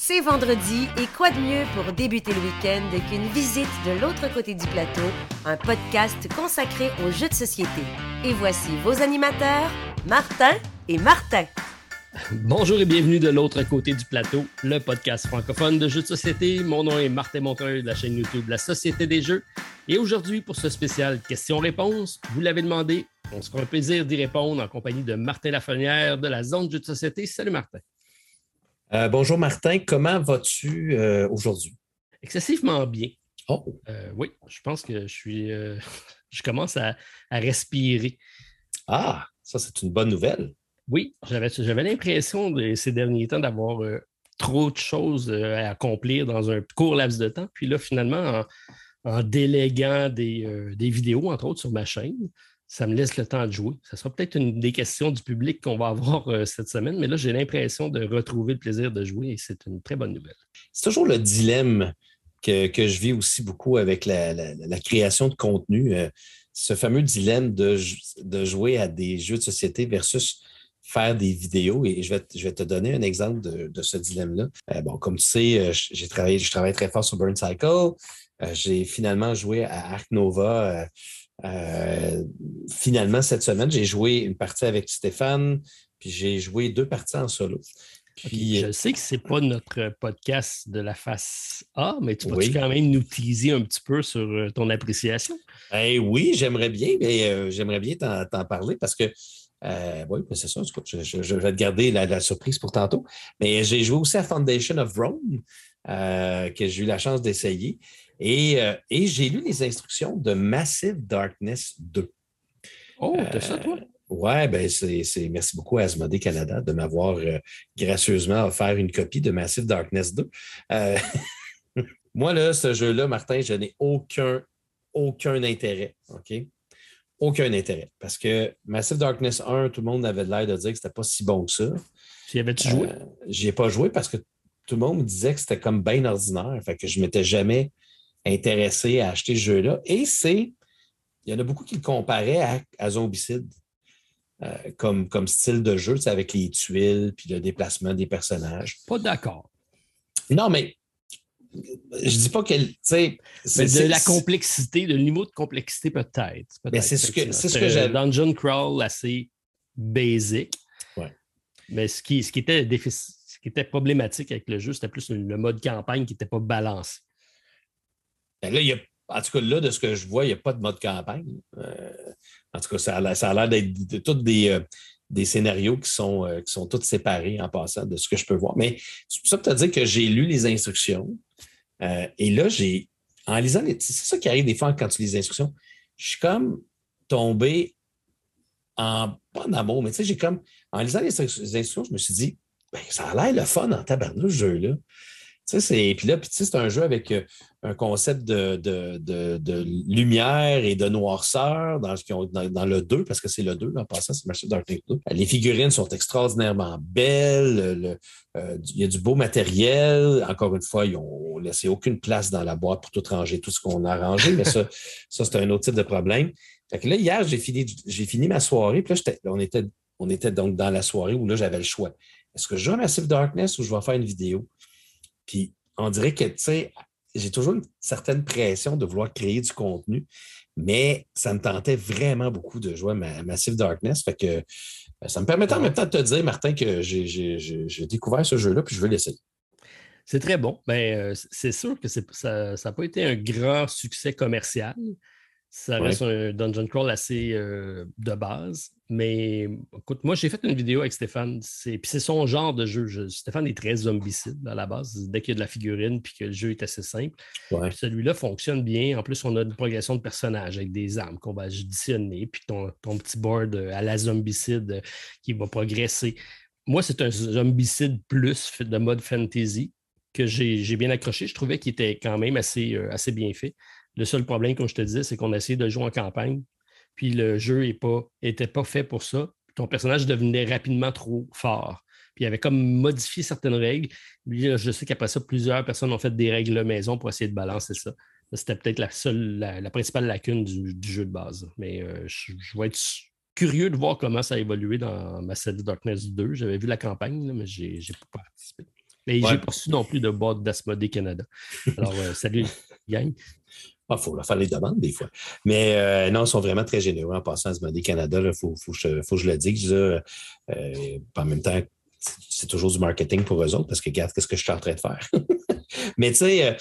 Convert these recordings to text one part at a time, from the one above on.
C'est vendredi et quoi de mieux pour débuter le week-end qu'une visite de l'autre côté du plateau, un podcast consacré aux jeux de société. Et voici vos animateurs, Martin et Martin. Bonjour et bienvenue de l'autre côté du plateau, le podcast francophone de jeux de société. Mon nom est Martin Montreuil de la chaîne YouTube La Société des Jeux. Et aujourd'hui, pour ce spécial questions-réponses, vous l'avez demandé, on se fera un plaisir d'y répondre en compagnie de Martin Lafrenière de la Zone Jeux de Société. Salut Martin. Bonjour Martin, comment vas-tu aujourd'hui? Excessivement bien. Oh. Oui, je pense que je commence à respirer. Ah, ça c'est une bonne nouvelle. Oui, j'avais l'impression ces derniers temps d'avoir trop de choses à accomplir dans un court laps de temps. Puis là, finalement, en déléguant des vidéos, entre autres, sur ma chaîne, ça me laisse le temps de jouer. Ça sera peut-être une des questions du public qu'on va avoir cette semaine, mais là, j'ai l'impression de retrouver le plaisir de jouer et c'est une très bonne nouvelle. C'est toujours le dilemme que je vis aussi beaucoup avec la création de contenu. Ce fameux dilemme de jouer à des jeux de société versus faire des vidéos. Et je vais te donner un exemple de ce dilemme-là. Comme tu sais, je travaille très fort sur Burn Cycle. J'ai finalement joué à Ark Nova. Finalement, cette semaine, j'ai joué une partie avec Stéphane, puis j'ai joué 2 parties en solo. Puis, je sais que ce n'est pas notre podcast de la face A, mais tu vas-tu Oui. quand même nous teaser un petit peu sur ton appréciation? Oui, j'aimerais bien, mais j'aimerais bien t'en parler parce que oui, c'est ça. Je vais te garder la surprise pour tantôt. Mais j'ai joué aussi à Foundation of Rome, que j'ai eu la chance d'essayer. Et j'ai lu les instructions de Massive Darkness 2. Oh, t'as ça, toi? Oui, merci beaucoup à Asmodée Canada de m'avoir gracieusement offert une copie de Massive Darkness 2. Moi, là, ce jeu-là, Martin, je n'ai aucun intérêt. OK? Aucun intérêt. Parce que Massive Darkness 1, tout le monde avait l'air de dire que c'était pas si bon que ça. Tu y avais-tu joué? J'y ai pas joué parce que tout le monde me disait que c'était comme bien ordinaire. Fait que je m'étais jamais intéressé à acheter ce jeu-là. Et il y en a beaucoup qui le comparaient à Zombicide. Comme style de jeu, avec les tuiles puis le déplacement des personnages. Pas d'accord. Non, mais je dis pas qu'elle. Mais de la complexité, le niveau de complexité, peut-être. Mais c'est ce que j'avais. Dungeon crawl assez basic. Ouais. Mais ce qui était problématique avec le jeu, c'était plus le mode campagne qui n'était pas balancé. Ben là, en tout cas, là, de ce que je vois, il n'y a pas de mode campagne. En tout cas, ça a l'air d'être tous des scénarios qui sont tous séparés en passant de ce que je peux voir. Mais c'est pour ça pour te dire que j'ai lu les instructions. Et là, en lisant c'est ça qui arrive des fois quand tu lis les instructions. Je suis comme tombé pas en amour, mais tu sais, en lisant les instructions, je me suis dit, ça a l'air le fun en tabarnouche, ce jeu-là. Puis c'est un jeu avec un concept de lumière et de noirceur dans le 2, parce que c'est le 2, là, en passant, c'est Massive Darkness 2. Les figurines sont extraordinairement belles. Il y a du beau matériel. Encore une fois, ils n'ont laissé aucune place dans la boîte pour tout ranger, tout ce qu'on a rangé, mais ça c'est un autre type de problème. Fait que là, hier, j'ai fini ma soirée, puis là, on était donc dans la soirée où là, j'avais le choix. Est-ce que je joue à Massive Darkness ou je vais faire une vidéo? Puis on dirait que, tu sais, j'ai toujours une certaine pression de vouloir créer du contenu, mais ça me tentait vraiment beaucoup de jouer à Massive Darkness. Fait que ça me permettait en même temps de te dire, Martin, que j'ai découvert ce jeu-là puis je veux l'essayer. C'est très bon. Mais c'est sûr que ça n'a pas été un grand succès commercial. Ça reste un dungeon crawl assez de base. Mais écoute, moi, j'ai fait une vidéo avec Stéphane. Puis c'est son genre de jeu. Stéphane est très zombicide à la base, dès qu'il y a de la figurine puis que le jeu est assez simple. Ouais. Puis celui-là fonctionne bien. En plus, on a une progression de personnages avec des armes qu'on va additionner. Puis ton petit board à la zombicide qui va progresser. Moi, c'est un zombicide plus de mode fantasy que j'ai bien accroché. Je trouvais qu'il était quand même assez bien fait. Le seul problème, comme je te disais, c'est qu'on a essayé de jouer en campagne, puis le jeu n'était pas fait pour ça. Ton personnage devenait rapidement trop fort. Puis il avait comme modifié certaines règles. Puis, je sais qu'après ça, plusieurs personnes ont fait des règles maison pour essayer de balancer ça. C'était peut-être la principale lacune du jeu de base. Mais je vais être curieux de voir comment ça a évolué dans Massive Darkness 2. J'avais vu la campagne, là, mais je n'ai pas participé. Mais j'ai pas reçu non plus de boîte d'Asmodée Canada. Alors, salut, gang. Il faut leur faire les demandes des fois. Mais non, ils sont vraiment très généreux en passant à Asmodée Canada. Il faut que je le dise. En même temps, c'est toujours du marketing pour eux autres parce que regarde qu'est-ce que je suis en train de faire. Mais tu sais,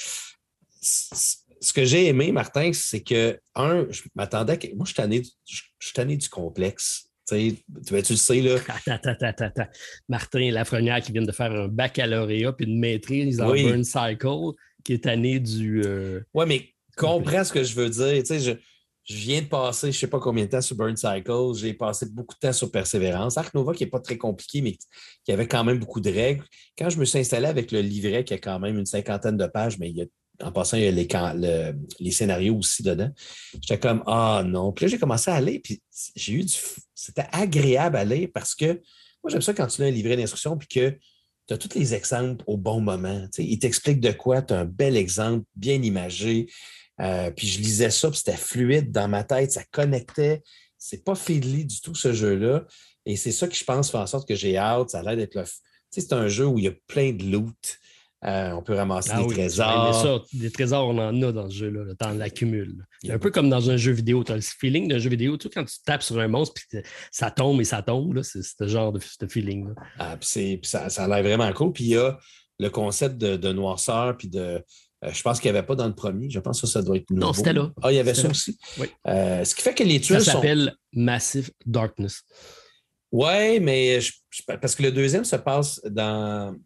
ce que j'ai aimé, Martin, c'est que, je m'attendais à... Moi, je suis tanné du complexe. Tu le sais, là. Attends. Martin Lafrenière qui vient de faire un baccalauréat puis une maîtrise en Burn Cycle qui est tanné du... Oui, mais comprends ce que je veux dire. Tu sais, je viens de passer, je ne sais pas combien de temps sur Burn Cycle. J'ai passé beaucoup de temps sur Persévérance. Arc Nova, qui n'est pas très compliqué, mais qui avait quand même beaucoup de règles. Quand je me suis installé avec le livret, qui a quand même une 50aine de pages, mais en passant, il y a les scénarios aussi dedans. J'étais comme, non. Puis là, j'ai commencé à lire, puis c'était agréable à lire parce que moi, j'aime ça quand tu as un livret d'instruction, puis que tu as tous les exemples au bon moment. Tu sais, il t'explique de quoi, tu as un bel exemple, bien imagé. Puis je lisais ça, puis c'était fluide dans ma tête, ça connectait. C'est pas fiddly du tout, ce jeu-là. Et c'est ça que je pense fait en sorte que j'ai hâte. Ça a l'air d'être Tu sais, c'est un jeu où il y a plein de loot. On peut ramasser des trésors. Mais ça, des trésors, on en a dans ce jeu-là. Le temps l'accumule. C'est un peu comme dans un jeu vidéo. Tu as le feeling d'un jeu vidéo. Tu sais, quand tu tapes sur un monstre puis ça tombe et ça tombe, là, c'est ce genre de feeling-là. Puis ça a l'air vraiment cool. Puis il y a le concept de noirceur puis de... je pense qu'il n'y avait pas dans le premier. Je pense que ça doit être nouveau. Non, c'était là. Ah, il y avait ça aussi? Oui. Ce qui fait que les tuiles ça s'appelle Massive Darkness. Oui, mais parce que le deuxième se passe dans...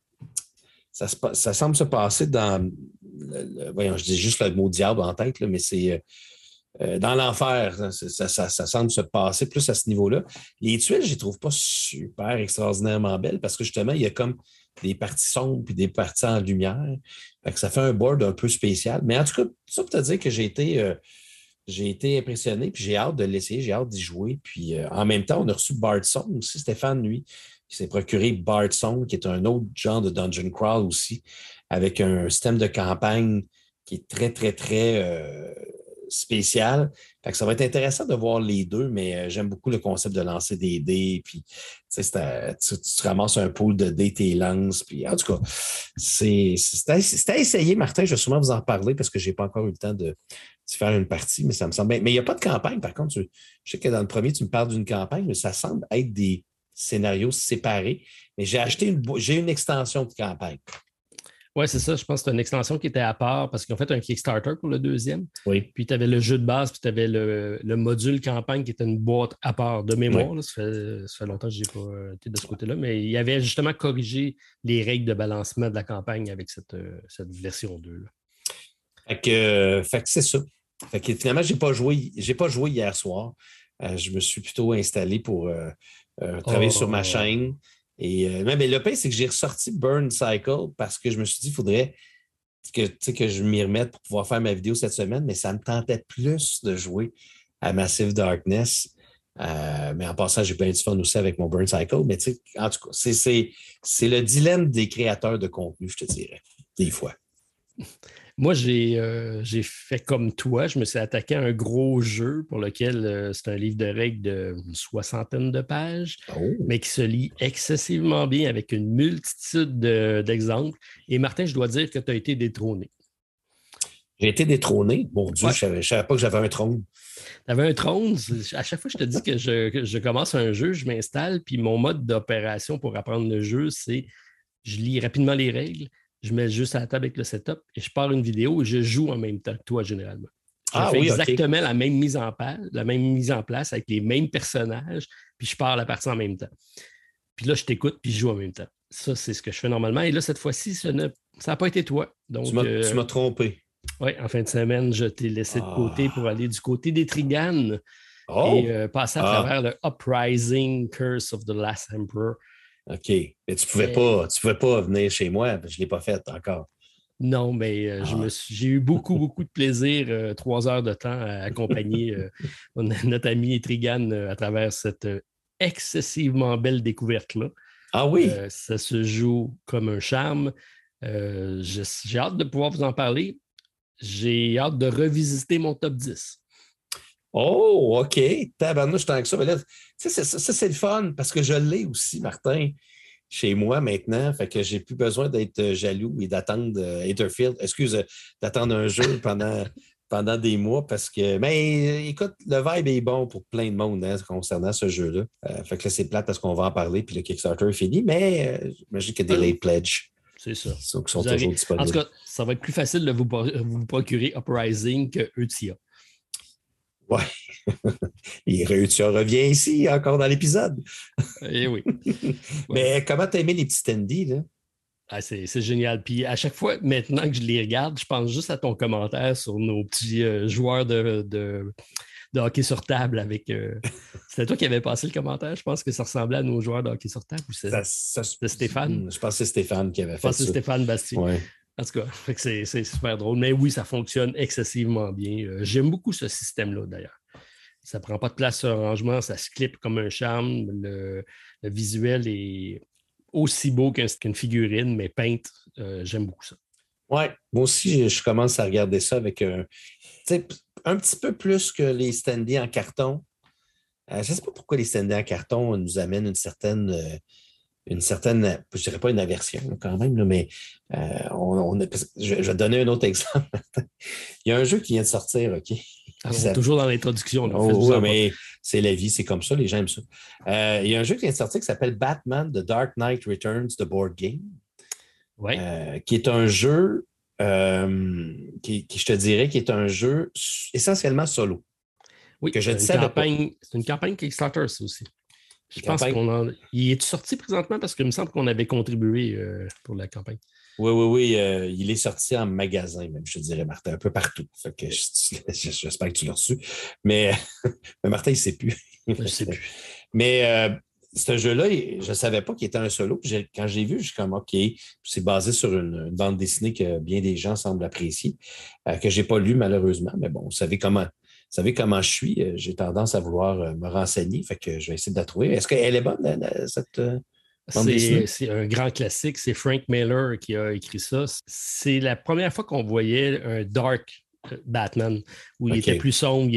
Ça semble se passer dans... voyons, je dis juste le mot diable en tête, là, mais c'est dans l'enfer. Ça semble se passer plus à ce niveau-là. Les tuiles, je ne les trouve pas super extraordinairement belles parce que justement, il y a comme des parties sombres puis des parties en lumière. Fait que ça fait un board un peu spécial. Mais en tout cas, ça pour te dire que j'ai été impressionné puis j'ai hâte de l'essayer, j'ai hâte d'y jouer. Puis en même temps, on a reçu Bard Song aussi, Stéphane, lui, qui s'est procuré Bard Song, qui est un autre genre de dungeon crawl aussi, avec un système de campagne qui est très, très, très spécial. Fait que ça va être intéressant de voir les deux, mais j'aime beaucoup le concept de lancer des dés, puis tu te ramasses un pool de dés, tes lances, puis en tout cas, c'est à essayer, Martin, je vais sûrement vous en parler parce que je n'ai pas encore eu le temps de faire une partie, mais ça me semble bien. Mais il n'y a pas de campagne, par contre. Je sais que dans le premier, tu me parles d'une campagne, mais ça semble être des scénarios séparés. Mais j'ai une extension de campagne. Oui, c'est ça. Je pense que c'est une extension qui était à part parce qu'ils ont fait un Kickstarter pour le deuxième. Oui. Puis tu avais le jeu de base, puis tu avais le module campagne qui était une boîte à part de mémoire. Oui. Là, ça fait longtemps que je n'ai pas été de ce côté-là, mais il y avait justement corrigé les règles de balancement de la campagne avec cette version 2. Là. Fait que c'est ça. Fait que finalement, j'ai pas joué hier soir. Je me suis plutôt installé pour travailler sur ma chaîne. Mais le pire, c'est que j'ai ressorti Burn Cycle parce que je me suis dit qu'il faudrait que je m'y remette pour pouvoir faire ma vidéo cette semaine, mais ça me tentait plus de jouer à Massive Darkness. Mais en passant, j'ai plein de fun aussi avec mon Burn Cycle. Mais en tout cas, c'est le dilemme des créateurs de contenu, je te dirais, des fois. Moi, j'ai fait comme toi. Je me suis attaqué à un gros jeu pour lequel c'est un livre de règles d'une 60aine de pages, mais qui se lit excessivement bien avec une multitude d'exemples. Et Martin, je dois dire que tu as été détrôné. J'ai été détrôné? Mon Dieu, je ne savais pas que j'avais un trône. Tu avais un trône. À chaque fois que je te dis que je commence un jeu, je m'installe, puis mon mode d'opération pour apprendre le jeu, c'est je lis rapidement les règles. Je mets juste à la table avec le setup et je pars une vidéo et je joue en même temps que toi, généralement. Je fais exactement la même mise en place avec les mêmes personnages, puis je pars la partie en même temps. Puis là, je t'écoute puis je joue en même temps. Ça, c'est ce que je fais normalement. Et là, cette fois-ci, ça n'a pas été toi. Donc, tu m'as trompé. Oui, en fin de semaine, je t'ai laissé de côté pour aller du côté des Triganes et passer à travers le Uprising Curse of the Last Emperor. OK. Mais tu pouvais pas venir chez moi, je ne l'ai pas fait encore. Non, mais j'ai eu beaucoup, beaucoup de plaisir, 3 heures de temps à accompagner notre ami Etrigan à travers cette excessivement belle découverte-là. Ah oui? Ça se joue comme un charme. J'ai hâte de pouvoir vous en parler. J'ai hâte de revisiter mon top 10. Oh, OK. Tabarnouche, tant que ça. Mais là, ça, c'est le fun parce que je l'ai aussi, Martin. chez moi maintenant. Fait que j'ai plus besoin d'être jaloux et d'attendre d'attendre un jeu pendant des mois parce que, mais écoute, le vibe est bon pour plein de monde concernant ce jeu-là. Fait que là, c'est plate parce qu'on va en parler puis le Kickstarter est fini, mais j'imagine qu'il y a des late pledges. C'est ça. Qui sont toujours disponibles. En tout cas, ça va être plus facile de vous procurer Uprising que Eutia. Ouais. Et Eutia revient ici, encore dans l'épisode. Eh oui. Mais comment t'as aimé les petits standees, là? Ah, c'est génial. Puis à chaque fois, maintenant que je les regarde, je pense juste à ton commentaire sur nos petits joueurs de hockey sur table avec. C'était toi qui avais passé le commentaire. Je pense que ça ressemblait à nos joueurs de hockey sur table ou c'est Stéphane? Je pense que c'est Stéphane qui avait fait ça. Je pense que c'est Stéphane Bastien. Ouais. En tout cas, c'est super drôle. Mais oui, ça fonctionne excessivement bien. J'aime beaucoup ce système-là, d'ailleurs. Ça ne prend pas de place sur un rangement, ça se clip comme un charme. Le visuel est aussi beau qu'une figurine, mais peinte. J'aime beaucoup ça. Oui, moi aussi, je commence à regarder ça avec un petit peu plus que les standees en carton. Je ne sais pas pourquoi les standees en carton nous amènent une certaine, je ne dirais pas une aversion quand même, là, mais je vais te donner un autre exemple. Il y a un jeu qui vient de sortir, OK? Alors, toujours dans l'introduction. Oui, mais c'est la vie, c'est comme ça, les gens aiment ça. Il y a un jeu qui vient de sortir qui s'appelle Batman The Dark Knight Returns, The Board Game, qui est un jeu je te dirais, qui est un jeu essentiellement solo. Oui, que je c'est une campagne Kickstarter, ça aussi. Je pense Il est sorti présentement parce qu'il me semble qu'on avait contribué pour la campagne. Oui. Il est sorti en magasin, même, je te dirais, Martin, un peu partout. Fait que j'espère que tu l'as reçu. Mais Martin, il ne sait plus. Je ne sais plus. Mais ce jeu-là, je ne savais pas qu'il était un solo. Quand j'ai vu, je suis comme OK, c'est basé sur une bande dessinée que bien des gens semblent apprécier, que je n'ai pas lu malheureusement. Mais bon, vous savez comment je suis. J'ai tendance à vouloir me renseigner. Fait que je vais essayer de la trouver. Est-ce qu'elle est bonne, cette bande dessinée? C'est un grand classique. C'est Frank Miller qui a écrit ça. C'est la première fois qu'on voyait un dark Batman où il était plus sombre,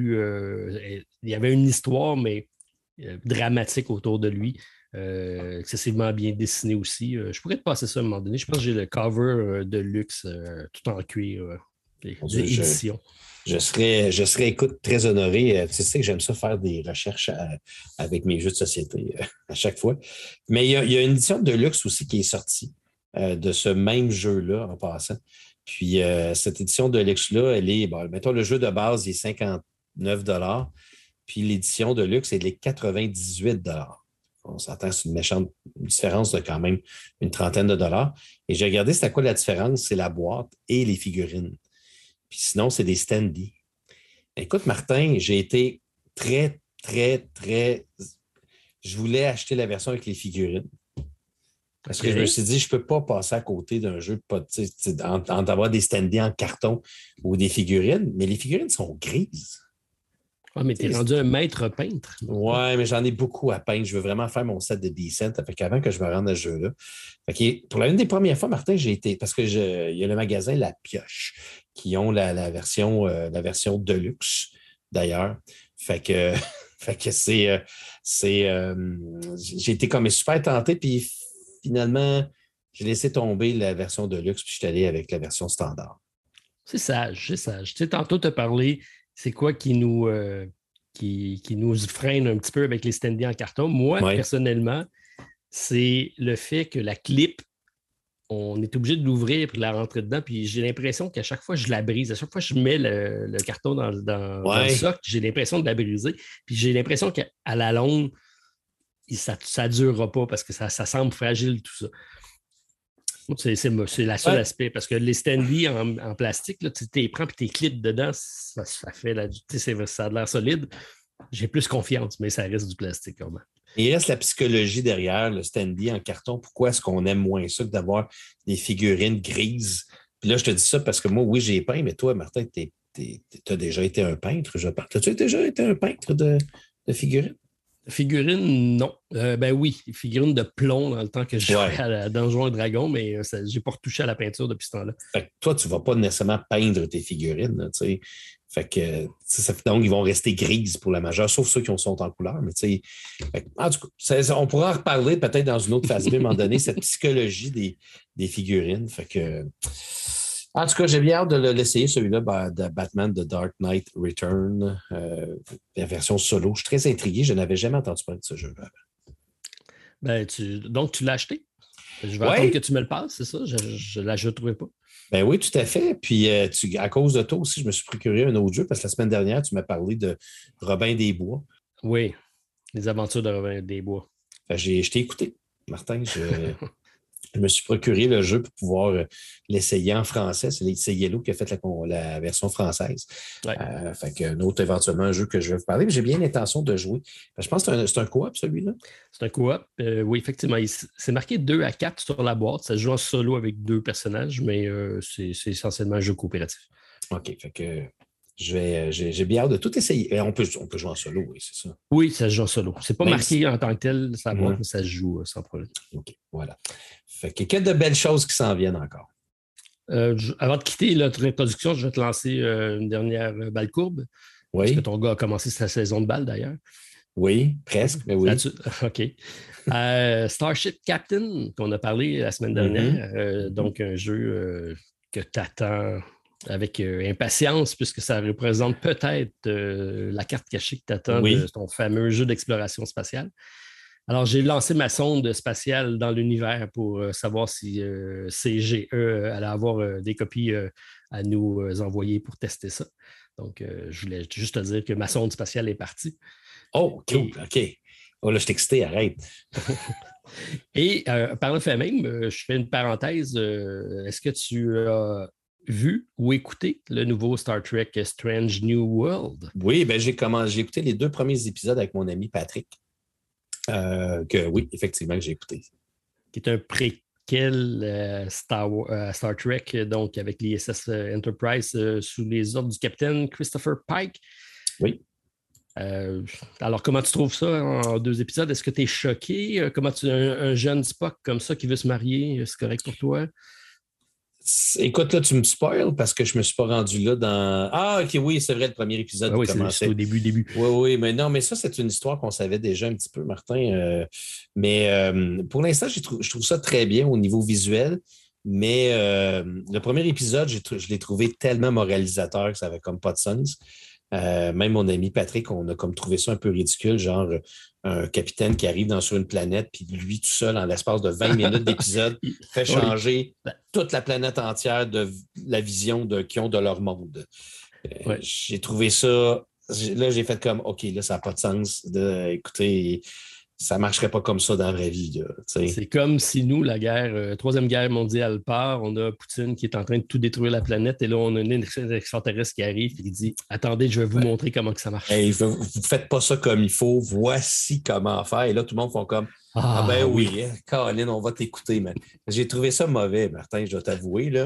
il y avait une histoire, mais dramatique autour de lui. Excessivement bien dessiné aussi. Je pourrais te passer ça à un moment donné. Je pense que j'ai le cover de luxe tout en cuir d'édition. Je serais, écoute, très honoré. Tu sais que j'aime ça faire des recherches avec mes jeux de société à chaque fois. Mais il y a une édition de luxe aussi qui est sortie de ce même jeu-là en passant. Puis cette édition de luxe-là, elle est, mettons, le jeu de base, il est 59 $. Puis l'édition de luxe, elle est 98 $. On s'entend, c'est une méchante différence de quand même une trentaine de dollars. Et j'ai regardé c'était quoi la différence, c'est la boîte et les figurines. Puis sinon, c'est des standees. Écoute, Martin, j'ai été très, très, très... Je voulais acheter la version avec les figurines. Parce que je me suis dit, je ne peux pas passer à côté d'un jeu, d'avoir des standees en carton ou des figurines, mais les figurines sont grises. Ah, mais tu es rendu un maître peintre. Oui, mais j'en ai beaucoup à peindre. Je veux vraiment faire mon set de Decent. Fait qu'avant que je me rende à ce jeu-là. Pour l'une des premières fois, Martin, j'ai été. Parce que il y a le magasin La Pioche qui ont la version Deluxe, d'ailleurs. Fait que j'ai été comme super tenté, puis finalement, j'ai laissé tomber la version Deluxe, puis je suis allé avec la version standard. C'est sage. Tu sais, tantôt, tu as parlé. C'est quoi qui nous freine un petit peu avec les standees en carton? Moi, personnellement, c'est le fait que la clip, on est obligé de l'ouvrir et de la rentrer dedans. Puis j'ai l'impression qu'à chaque fois, je la brise. À chaque fois que je mets le carton dans le socle, j'ai l'impression de la briser. Puis j'ai l'impression qu'à la longue, ça ne durera pas parce que ça semble fragile, tout ça. C'est la seule aspect, parce que les standees en plastique, là, tu les prends et tu les clips dedans, ça fait ça a l'air solide. J'ai plus confiance, mais ça reste du plastique quand même. Il reste la psychologie derrière le standee en carton. Pourquoi est-ce qu'on aime moins ça que d'avoir des figurines grises? Puis là, je te dis ça parce que moi, oui, j'ai peint, mais toi, Martin, tu as déjà été un peintre, je pense. As-tu déjà été un peintre de figurines? Figurine, non. Ben oui, figurine de plomb dans le temps que je jouais à Donjons et Dragons, mais je n'ai pas retouché à la peinture depuis ce temps-là. Fait que toi, tu ne vas pas nécessairement peindre tes figurines, là, tu sais. Fait que, donc, ils vont rester grises pour la majeure, sauf ceux qui sont en couleur. Mais tu sais, en tout cas, on pourra en reparler peut-être dans une autre phase B, à un moment donné, cette psychologie des figurines. Fait que, en tout cas, j'ai bien hâte de l'essayer, celui-là, de Batman The Dark Knight Return, la version solo. Je suis très intrigué. Je n'avais jamais entendu parler de ce jeu-là. Ben, donc, tu l'as acheté? Je vais attendre que tu me le passes, c'est ça? Je ne l'ajouterai pas. Ben oui, tout à fait. Puis, à cause de toi aussi, je me suis procuré un autre jeu parce que la semaine dernière, tu m'as parlé de Robin des Bois. Oui, les aventures de Robin des Bois. Je t'ai écouté, Martin. Je me suis procuré le jeu pour pouvoir l'essayer en français. C'est Yellow qui a fait la version française. Ouais. Fait qu'un autre, éventuellement, un jeu que je vais vous parler. Mais j'ai bien l'intention de jouer. Je pense que c'est un coop, celui-là. C'est un coop. Oui, effectivement. C'est marqué 2 à 4 sur la boîte. Ça se joue en solo avec 2 personnages, mais c'est essentiellement un jeu coopératif. OK. Fait que j'ai bien hâte de tout essayer. Et on peut jouer en solo, oui, c'est ça. Oui, ça se joue en solo. C'est pas marqué en tant que tel sur la boîte, mais ça se joue sans problème. OK, voilà. Fait que quelles de belles choses qui s'en viennent encore? Avant de quitter notre introduction, je vais te lancer une dernière balle courbe. Oui. Parce que ton gars a commencé sa saison de balle, d'ailleurs. Oui, presque, mais oui. OK. Starship Captain, qu'on a parlé la semaine dernière. Donc, un jeu que tu attends avec impatience, puisque ça représente peut-être la carte cachée que tu attends de ton fameux jeu d'exploration spatiale. Alors, j'ai lancé ma sonde spatiale dans l'univers pour savoir si CGE allait avoir des copies à nous envoyer pour tester ça. Donc, je voulais juste te dire que ma sonde spatiale est partie. Oh, cool, OK. Oh, là, je t'ai excité, arrête. Et par le fait même, je fais une parenthèse. Est-ce que tu as vu ou écouté le nouveau Star Trek Strange New World? Oui, ben j'ai écouté les 2 premiers épisodes avec mon ami Patrick. Oui, effectivement, que j'ai écouté. Qui est un préquel Star Trek, donc avec l'ISS Enterprise sous les ordres du capitaine Christopher Pike. Oui. Alors, comment tu trouves ça en 2 épisodes? Est-ce que tu es choqué? Comment un jeune Spock comme ça qui veut se marier, c'est correct pour toi? Écoute, là, tu me spoil parce que je ne me suis pas rendu là dans... Ah, OK, oui, c'est vrai, le premier épisode oui, c'est au début. Oui, mais non, mais ça, c'est une histoire qu'on savait déjà un petit peu, Martin. Pour l'instant, je trouve ça très bien au niveau visuel, mais le premier épisode, je l'ai trouvé tellement moralisateur que ça n'avait comme pas de sens. Même mon ami Patrick, on a comme trouvé ça un peu ridicule, genre un capitaine qui arrive sur une planète, puis lui tout seul, en l'espace de 20 minutes d'épisode, fait changer toute la planète entière de la vision qu'ils ont de leur monde. J'ai trouvé ça... Là, j'ai fait comme, OK, là, ça n'a pas de sens. Écoutez, ça ne marcherait pas comme ça dans la vraie vie. C'est comme si nous, la Troisième Guerre mondiale part, on a Poutine qui est en train de tout détruire la planète, et là, on a un extraterrestre qui arrive et qui dit « Attendez, je vais vous montrer comment que ça marche. Hey, vous ne faites pas ça comme il faut, voici comment faire. » Et là, tout le monde font comme « Ah ben oui, Caroline, on va t'écouter. » J'ai trouvé ça mauvais, Martin, je dois t'avouer. Là.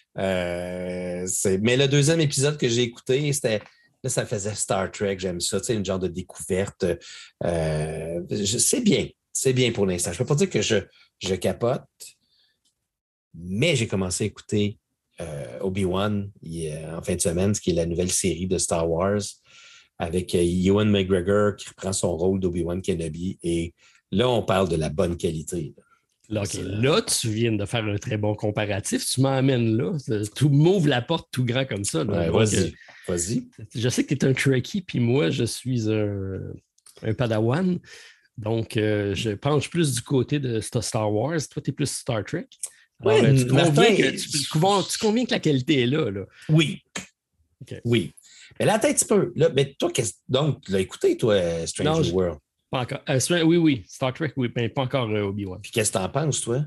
Mais le deuxième épisode que j'ai écouté, c'était... Là, ça faisait Star Trek, j'aime ça, tu sais, une genre de découverte. C'est bien pour l'instant. Je ne peux pas dire que je capote, mais j'ai commencé à écouter Obi-Wan en fin de semaine, ce qui est la nouvelle série de Star Wars, avec Ewan McGregor qui reprend son rôle d'Obi-Wan Kenobi. Et là, on parle de la bonne qualité. Là, tu viens de faire un très bon comparatif. Tu m'emmènes là. Tu m'ouvres la porte tout grand comme ça. Ouais, vas-y. Je sais que tu es un Trekkie, puis moi, je suis un Padawan. Donc, je penche plus du côté de Star Wars. Toi, tu es plus Star Trek. Alors, tu conviens que la qualité est là? Oui. Okay. Oui. Mais là, peut-être un petit peu. Là, mais toi, donc, tu l'as écouté, toi, Strange New World? Pas encore. Oui. Star Trek, oui, mais pas encore Obi-Wan. Puis qu'est-ce que tu en penses, toi?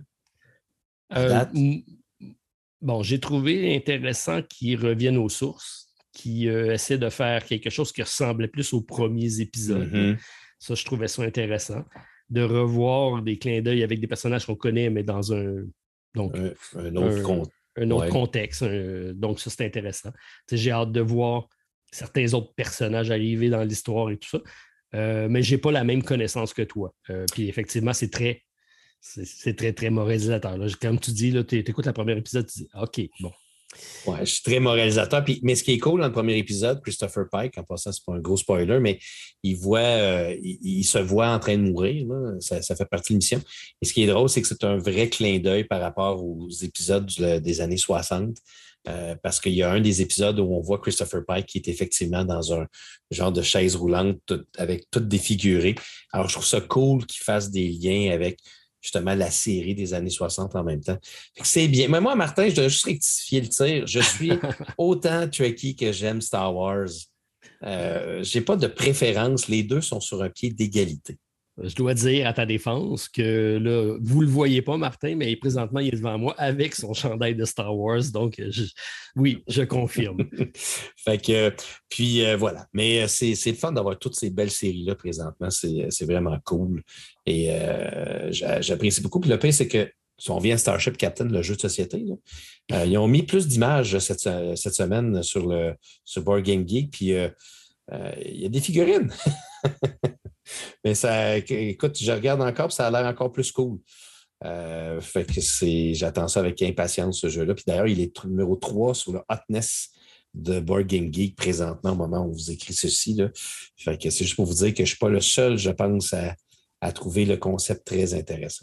Bon, j'ai trouvé intéressant qu'ils reviennent aux sources, qu'ils essaient de faire quelque chose qui ressemblait plus aux premiers épisodes. Mm-hmm. Ça, je trouvais ça intéressant. De revoir des clins d'œil avec des personnages qu'on connaît, mais dans un autre contexte. Donc, ça, c'est intéressant. J'ai hâte de voir certains autres personnages arriver dans l'histoire et tout ça. mais je n'ai pas la même connaissance que toi. Puis effectivement, c'est très, très moralisateur. Là. Comme tu dis, tu écoutes le premier épisode, tu dis OK, bon. Ouais, je suis très moralisateur. Mais ce qui est cool dans le premier épisode, Christopher Pike, en passant, c'est pas un gros spoiler, mais il se voit en train de mourir. Là. Ça fait partie de l'émission. Et ce qui est drôle, c'est que c'est un vrai clin d'œil par rapport aux épisodes des années 60. Parce qu'il y a un des épisodes où on voit Christopher Pike qui est effectivement dans un genre de chaise roulante avec tout défiguré. Alors, je trouve ça cool qu'il fasse des liens avec justement la série des années 60 en même temps. C'est bien. Mais moi, Martin, je dois juste rectifier le tir. Je suis autant Trekkie que j'aime Star Wars. Je n'ai pas de préférence. Les deux sont sur un pied d'égalité. Je dois dire à ta défense que là, vous ne le voyez pas, Martin, mais présentement, il est devant moi avec son chandail de Star Wars. Donc, oui, je confirme. Fait que, puis voilà. Mais c'est le fun d'avoir toutes ces belles séries-là présentement. C'est vraiment cool. Et j'apprécie beaucoup. Puis le pire, c'est que si on vient à Starship Captain, le jeu de société, là, ils ont mis plus d'images cette semaine sur Board Game Geek. Puis il y a des figurines. Mais ça, écoute, je regarde encore, puis ça a l'air encore plus cool. Fait que j'attends ça avec impatience, ce jeu-là. Puis d'ailleurs, il est numéro 3 sur le Hotness de Board Game Geek présentement, au moment où vous écrit ceci. Là. Fait que c'est juste pour vous dire que je ne suis pas le seul, je pense, à trouver le concept très intéressant.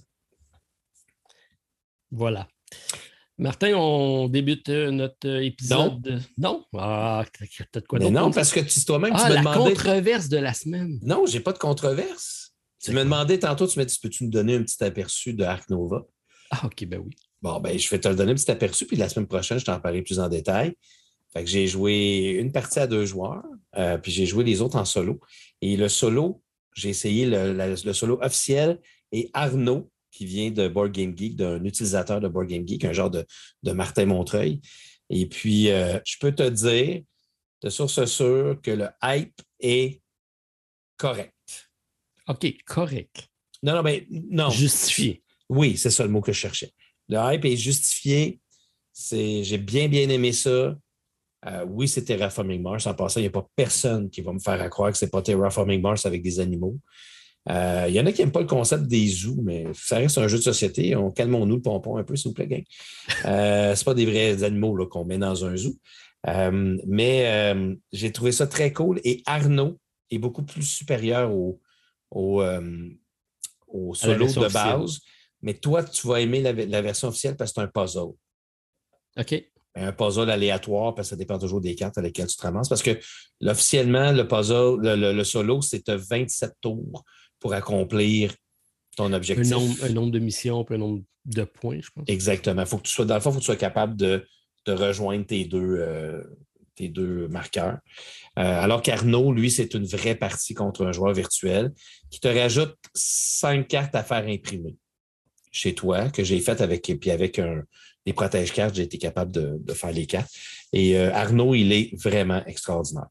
Voilà. Martin, on débute notre épisode. Non? Ah, t'as de quoi d'autre? Mais non, parce que toi-même, tu me la demandais... controverse de la semaine. Non, j'ai pas de controverse. Tu me demandais tantôt, tu m'as dit, peux-tu me donner un petit aperçu de Ark Nova? Ah, OK, ben oui. Bon, ben je vais te le donner un petit aperçu, puis la semaine prochaine, je t'en parlerai plus en détail. Fait que j'ai joué une partie à 2 joueurs, puis j'ai joué les autres en solo. Et le solo, j'ai essayé le solo officiel et Arnaud, qui vient de Board Game Geek, d'un utilisateur de Board Game Geek, un genre de Martin Montreuil. Et puis, je peux te dire, de source sûre, que le hype est correct. OK, correct. Non, mais non. Justifié. Oui, c'est ça le mot que je cherchais. Le hype est justifié. J'ai bien aimé ça. Oui, c'est Terraforming Mars. En passant, il n'y a pas personne qui va me faire croire que ce n'est pas Terraforming Mars avec des animaux. Il y en a qui n'aiment pas le concept des zoos, mais ça reste un jeu de société. Calmons-nous le pompon un peu, s'il vous plaît, gang. C'est pas des vrais animaux là, qu'on met dans un zoo. Mais j'ai trouvé ça très cool. Et Arnaud est beaucoup plus supérieur au solo de base. Mais toi, tu vas aimer la version officielle parce que c'est un puzzle. OK. Un puzzle aléatoire, parce que ça dépend toujours des cartes avec lesquelles tu te ramasses. Parce que officiellement, le puzzle, le solo, c'est 27 tours pour accomplir ton objectif. Un nombre de missions, puis un nombre de points, je pense. Exactement. Dans le fond, il faut que tu sois capable de rejoindre tes deux marqueurs. Alors qu'Arnaud, lui, c'est une vraie partie contre un joueur virtuel qui te rajoute 5 cartes à faire imprimer chez toi, que j'ai fait avec des protège-cartes, j'ai été capable de faire les cartes. Et Arnaud, il est vraiment extraordinaire.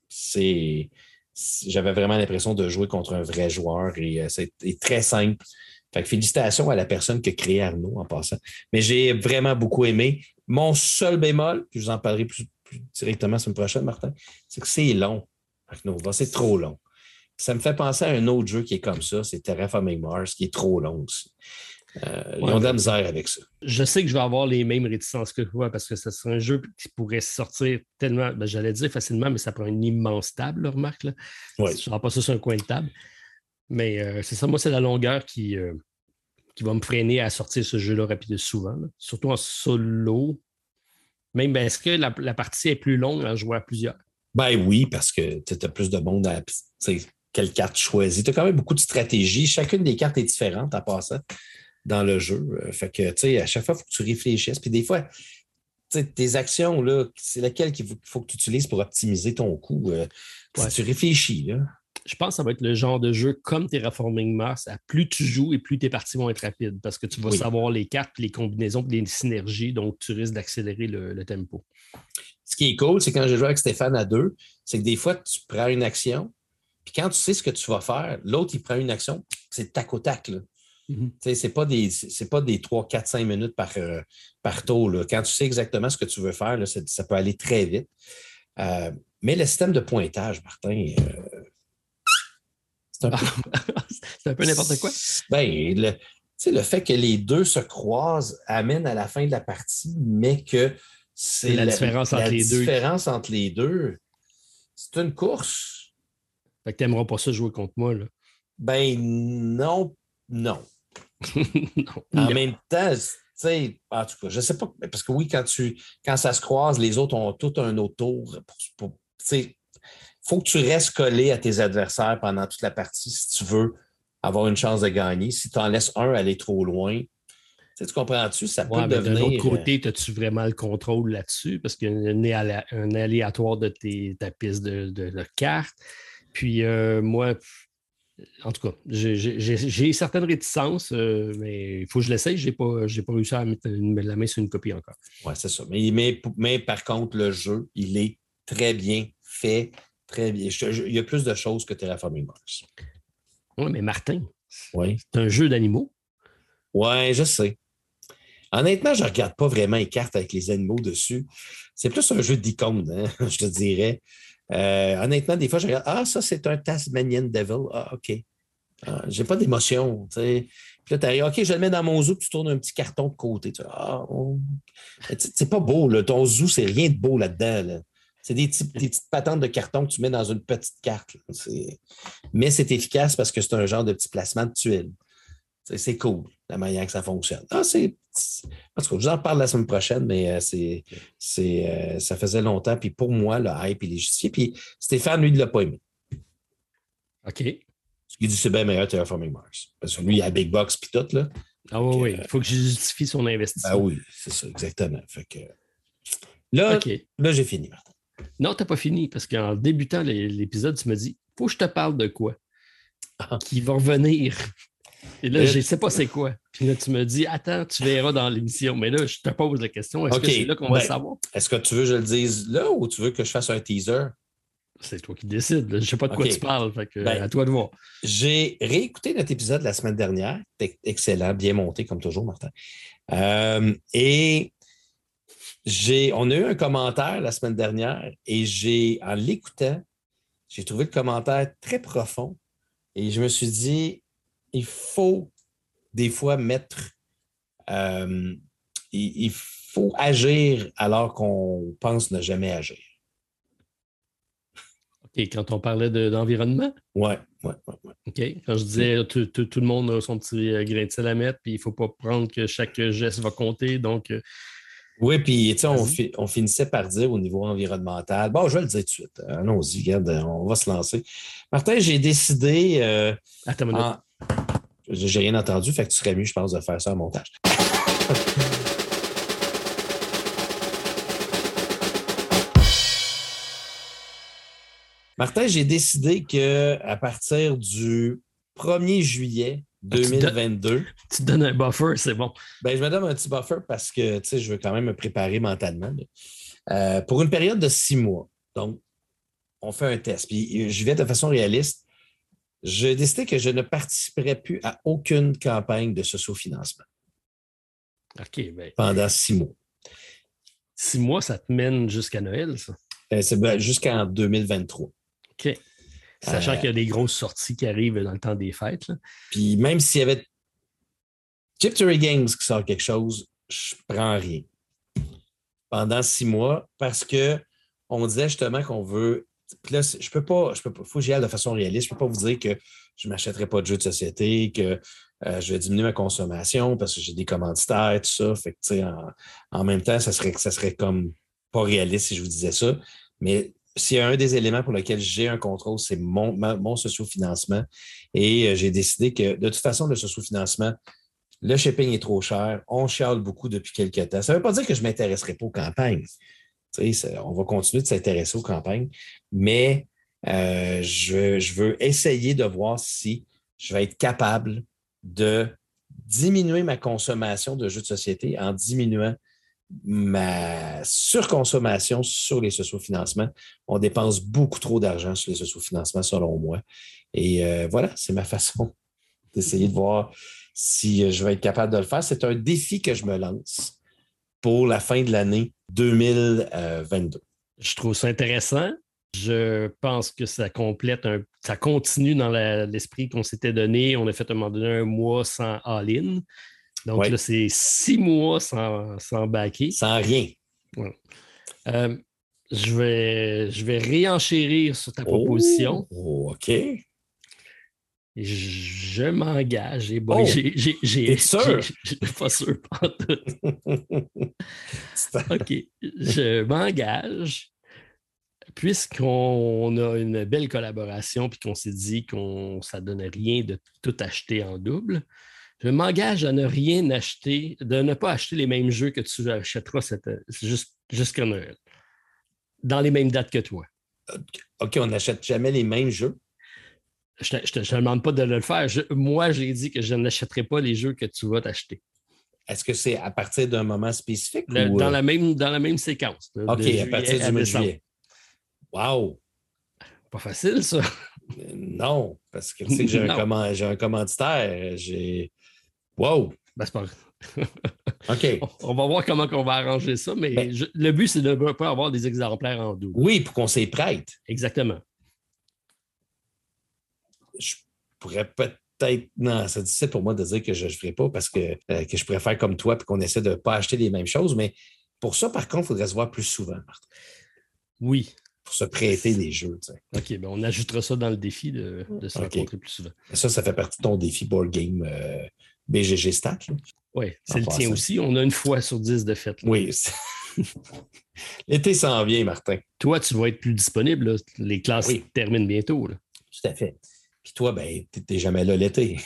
J'avais vraiment l'impression de jouer contre un vrai joueur et c'est très simple. Fait que félicitations à la personne qui a créé Arnaud en passant. Mais j'ai vraiment beaucoup aimé. Mon seul bémol, puis je vous en parlerai plus directement la semaine prochaine, Martin, c'est que c'est long. C'est trop long. Ça me fait penser à un autre jeu qui est comme ça, c'est Terraforming Mars, qui est trop long aussi. Ils ont de la misère avec ça. Je sais que je vais avoir les mêmes réticences que toi parce que ce serait un jeu qui pourrait sortir tellement, j'allais dire facilement, mais ça prend une immense table, là, remarque. Là. Ouais. Je ne serai pas ça sur un coin de table. Mais c'est ça, moi, c'est la longueur qui va me freiner à sortir ce jeu-là rapide souvent. Là. Surtout en solo. Même, est-ce que la partie est plus longue en jouant à plusieurs? Ben oui, parce que tu as plus de monde à quelle carte choisir. Tu as quand même beaucoup de stratégies. Chacune des cartes est différente en passant dans le jeu. Fait que, tu sais, à chaque fois, il faut que tu réfléchisses. Puis des fois, tes actions, là, c'est laquelle qu'il faut que tu utilises pour optimiser ton coût. Tu réfléchis, là. Je pense que ça va être le genre de jeu comme Terraforming Mars. Plus tu joues et plus tes parties vont être rapides parce que tu vas savoir les cartes, les combinaisons, les synergies, donc tu risques d'accélérer le tempo. Ce qui est cool, c'est quand j'ai joué avec Stéphane à 2, c'est que des fois, tu prends une action, puis quand tu sais ce que tu vas faire, l'autre, il prend une action, c'est tac au tac, là. Mm-hmm. C'est pas des 3, 4, 5 minutes par tour. Là. Quand tu sais exactement ce que tu veux faire, là, ça peut aller très vite. Mais le système de pointage, Martin, C'est un peu n'importe quoi. Ben, le fait que les deux se croisent amène à la fin de la partie, mais que c'est la différence entre les deux. La différence entre les deux, c'est une course. Fait que t'aimeras pas ça jouer contre moi, là. Ben non. Non. En même temps, tu sais, en tout cas, je sais pas, parce que oui, quand ça se croise, les autres ont tout un autre tour. Tu sais, faut que tu restes collé à tes adversaires pendant toute la partie si tu veux avoir une chance de gagner. Si tu en laisses un aller trop loin, tu comprends-tu? Ça peut devenir... D'un autre côté, as-tu vraiment le contrôle là-dessus? Parce qu'il y a un aléatoire de ta piste de cartes. Puis moi, en tout cas, j'ai certaines réticences, mais il faut que je l'essaye. Je n'ai pas réussi à mettre la main sur une copie encore. Oui, c'est ça. Mais par contre, le jeu, il est très bien fait. Très bien. Il y a plus de choses que Terraforming Mars. Oui, mais Martin, c'est un jeu d'animaux. Oui, je sais. Honnêtement, je ne regarde pas vraiment les cartes avec les animaux dessus. C'est plus un jeu d'icônes, hein, je te dirais. Honnêtement, des fois, je regarde, ça, c'est un Tasmanian Devil. Ah, OK. J'ai pas d'émotion, tu sais. Puis là, tu arrives, OK, je le mets dans mon zoo, puis tu tournes un petit carton de côté. C'est pas beau, là. Ton zoo, c'est rien de beau là-dedans, là. C'est des petites patentes de carton que tu mets dans une petite carte. Mais c'est efficace parce que c'est un genre de petit placement de tuiles. C'est cool, la manière que ça fonctionne. En tout cas, je vous en parle la semaine prochaine, mais ça faisait longtemps. Puis pour moi, le hype est légitime. Puis Stéphane, lui, ne l'a pas aimé. OK. Il dit c'est bien meilleur Terraforming Mars. Parce que lui, il a Big Box puis tout, là. Ah oui, il faut que je justifie son investissement. Ah oui, c'est ça, exactement. Fait que là, j'ai fini, Martin. Non, tu n'as pas fini, parce qu'en débutant l'épisode, tu me dis, faut que je te parle de quoi? Qui va revenir. Et là, je ne sais pas c'est quoi. Puis là, tu me dis, attends, tu verras dans l'émission. Mais là, je te pose la question, est-ce que c'est là qu'on va le savoir? Est-ce que tu veux que je le dise là ou tu veux que je fasse un teaser? C'est toi qui décides. Je ne sais pas de quoi tu parles. Fait que, à toi de voir. J'ai réécouté notre épisode la semaine dernière. C'était excellent, bien monté comme toujours, Martin. Et on a eu un commentaire la semaine dernière et en l'écoutant, j'ai trouvé le commentaire très profond et je me suis dit, il faut des fois il faut agir alors qu'on pense ne jamais agir. OK, quand on parlait d'environnement? Oui. OK, quand je disais tout le monde a son petit grain de sel à mettre, puis il ne faut pas prendre que chaque geste va compter, donc... Oui, puis on finissait par dire au niveau environnemental, bon, je vais le dire tout de suite, allons-y, regarde, on va se lancer. Martin, j'ai décidé... Attends une minute. J'ai rien entendu, fait que tu serais mieux, je pense, de faire ça en montage. Martin, j'ai décidé qu'à partir du 1er juillet 2022... Tu te donnes un buffer, c'est bon. Ben, je me donne un petit buffer parce que je veux quand même me préparer mentalement. Pour une période de 6 mois. Donc, on fait un test. Puis, je vais de façon réaliste. J'ai décidé que je ne participerai plus à aucune campagne de sociofinancement. OK. Ben, pendant 6 mois. 6 mois, ça te mène jusqu'à Noël, ça? C'est jusqu'en 2023. OK. Sachant qu'il y a des grosses sorties qui arrivent dans le temps des fêtes. Là. Puis même s'il y avait Chip Theory Games qui sort quelque chose, je prends rien. Pendant 6 mois, parce qu'on disait justement qu'on veut... Puis là, je peux pas, faut que j'y aille de façon réaliste. Je ne peux pas vous dire que je ne m'achèterai pas de jeux de société, que je vais diminuer ma consommation parce que j'ai des commanditaires, tout ça. Fait que, en même temps, ça serait comme pas réaliste si je vous disais ça. Mais s'il y a un des éléments pour lesquels j'ai un contrôle, c'est mon sociofinancement. Et j'ai décidé que, de toute façon, le sociofinancement, le shipping est trop cher. On chiale beaucoup depuis quelques temps. Ça ne veut pas dire que je ne m'intéresserai pas aux campagnes. On va continuer de s'intéresser aux campagnes, mais je veux essayer de voir si je vais être capable de diminuer ma consommation de jeux de société en diminuant ma surconsommation sur les sociofinancements. On dépense beaucoup trop d'argent sur les sociofinancements, selon moi. Et voilà, c'est ma façon d'essayer de voir si je vais être capable de le faire. C'est un défi que je me lance pour la fin de l'année 2022. Je trouve ça intéressant. Je pense que ça ça continue dans l'esprit qu'on s'était donné. On a fait à un moment donné 1 mois sans all-in. Donc là, c'est 6 mois sans backer. Sans rien. Ouais. Je vais réenchérir sur ta proposition. OK. Je m'engage. Et t'es sûr? Je suis pas sûr. OK. Je m'engage. Puisqu'on a une belle collaboration puis qu'on s'est dit ça ne donnait rien de tout acheter en double, je m'engage à ne rien acheter, de ne pas acheter les mêmes jeux que tu achèteras jusqu'à Noël, dans les mêmes dates que toi. OK, on n'achète jamais les mêmes jeux. Je ne te demande pas de le faire. Moi, j'ai dit que je n'achèterai pas les jeux que tu vas t'acheter. Est-ce que c'est à partir d'un moment spécifique? Dans la même séquence. OK, à partir du mois de juillet. Wow! Pas facile, ça. Non, parce que tu sais que j'ai un commanditaire. Wow! Ben, c'est pas... OK. On va voir comment on va arranger ça, mais le but, c'est de ne pas avoir des exemplaires en double. Oui, pour qu'on s'y prête. Exactement. Je pourrais peut-être... Non, c'est difficile pour moi de dire que je ne ferai pas parce que je préfère comme toi et qu'on essaie de ne pas acheter les mêmes choses. Mais pour ça, par contre, il faudrait se voir plus souvent, Martin. Oui. Pour se prêter des jeux. Tu sais. OK, ben on ajoutera ça dans le défi de se rencontrer plus souvent. Ça fait partie de ton défi board game BGG Stat. Oui, c'est le tien aussi. On a 1 fois sur 10 de fête. Là. Oui. L'été s'en vient, Martin. Toi, tu vas être plus disponible. Là. Les classes terminent bientôt. Là. Tout à fait. Puis toi, ben, tu n'es jamais là l'été.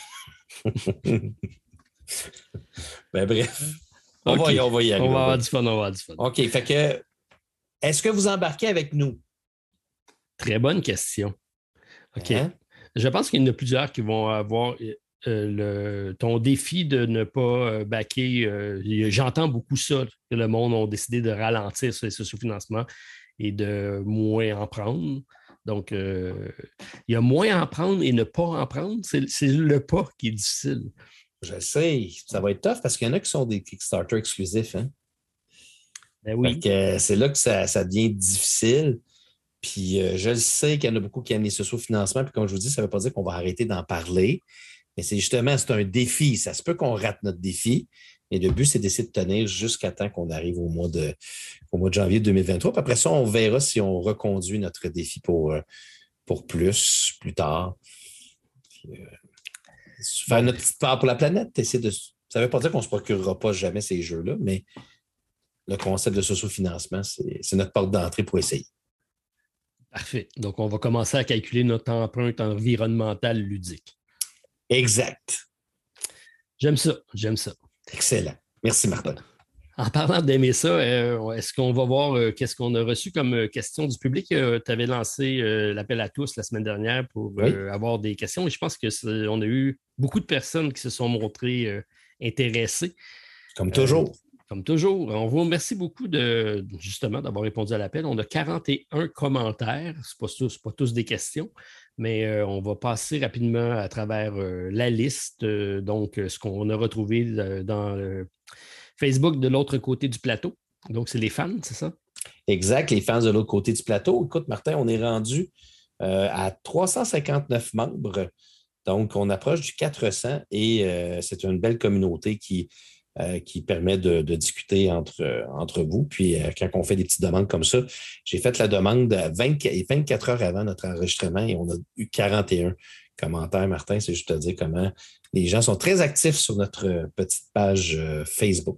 Ben bref. On va y arriver. On va avoir du fun. OK, fait que est-ce que vous embarquez avec nous? Très bonne question. OK. Hein? Je pense qu'il y en a plusieurs qui vont avoir ton défi de ne pas backer. J'entends beaucoup ça, que le monde a décidé de ralentir sur les sous-financements et de moins en prendre. Donc, il y a moins en prendre et ne pas en prendre. C'est le pas qui est difficile. Je sais, ça va être tough parce qu'il y en a qui sont des Kickstarter exclusifs. Hein? Ben oui. C'est là que ça devient difficile. Puis je le sais qu'il y en a beaucoup qui aiment les socio-financements. Puis comme je vous dis, ça ne veut pas dire qu'on va arrêter d'en parler. Mais c'est un défi. Ça se peut qu'on rate notre défi. Mais le but, c'est d'essayer de tenir jusqu'à temps qu'on arrive au mois de janvier 2023. Puis après ça, on verra si on reconduit notre défi pour plus tard. Puis, faire notre petite part pour la planète. Ça ne veut pas dire qu'on ne se procurera pas jamais ces jeux-là, mais le concept de socio-financement, c'est notre porte d'entrée pour essayer. Parfait. Donc, on va commencer à calculer notre empreinte environnementale ludique. Exact. J'aime ça. Excellent. Merci, Martin. En parlant d'aimer ça, est-ce qu'on va voir qu'est-ce qu'on a reçu comme question du public? Tu avais lancé l'appel à tous la semaine dernière pour avoir des questions et je pense qu'on a eu beaucoup de personnes qui se sont montrées intéressées. Comme toujours. Comme toujours. On vous remercie beaucoup justement d'avoir répondu à l'appel. On a 41 commentaires. Ce n'est pas tous des questions, mais on va passer rapidement à travers la liste. Donc, ce qu'on a retrouvé dans Facebook de l'autre côté du plateau. Donc, c'est les fans, c'est ça? Exact, les fans de l'autre côté du plateau. Écoute, Martin, on est rendu à 359 membres. Donc, on approche du 400 et c'est une belle communauté qui permet de discuter entre vous. Puis, quand on fait des petites demandes comme ça, j'ai fait la demande 24 heures avant notre enregistrement et on a eu 41 commentaires. Martin, c'est juste à dire comment les gens sont très actifs sur notre petite page Facebook.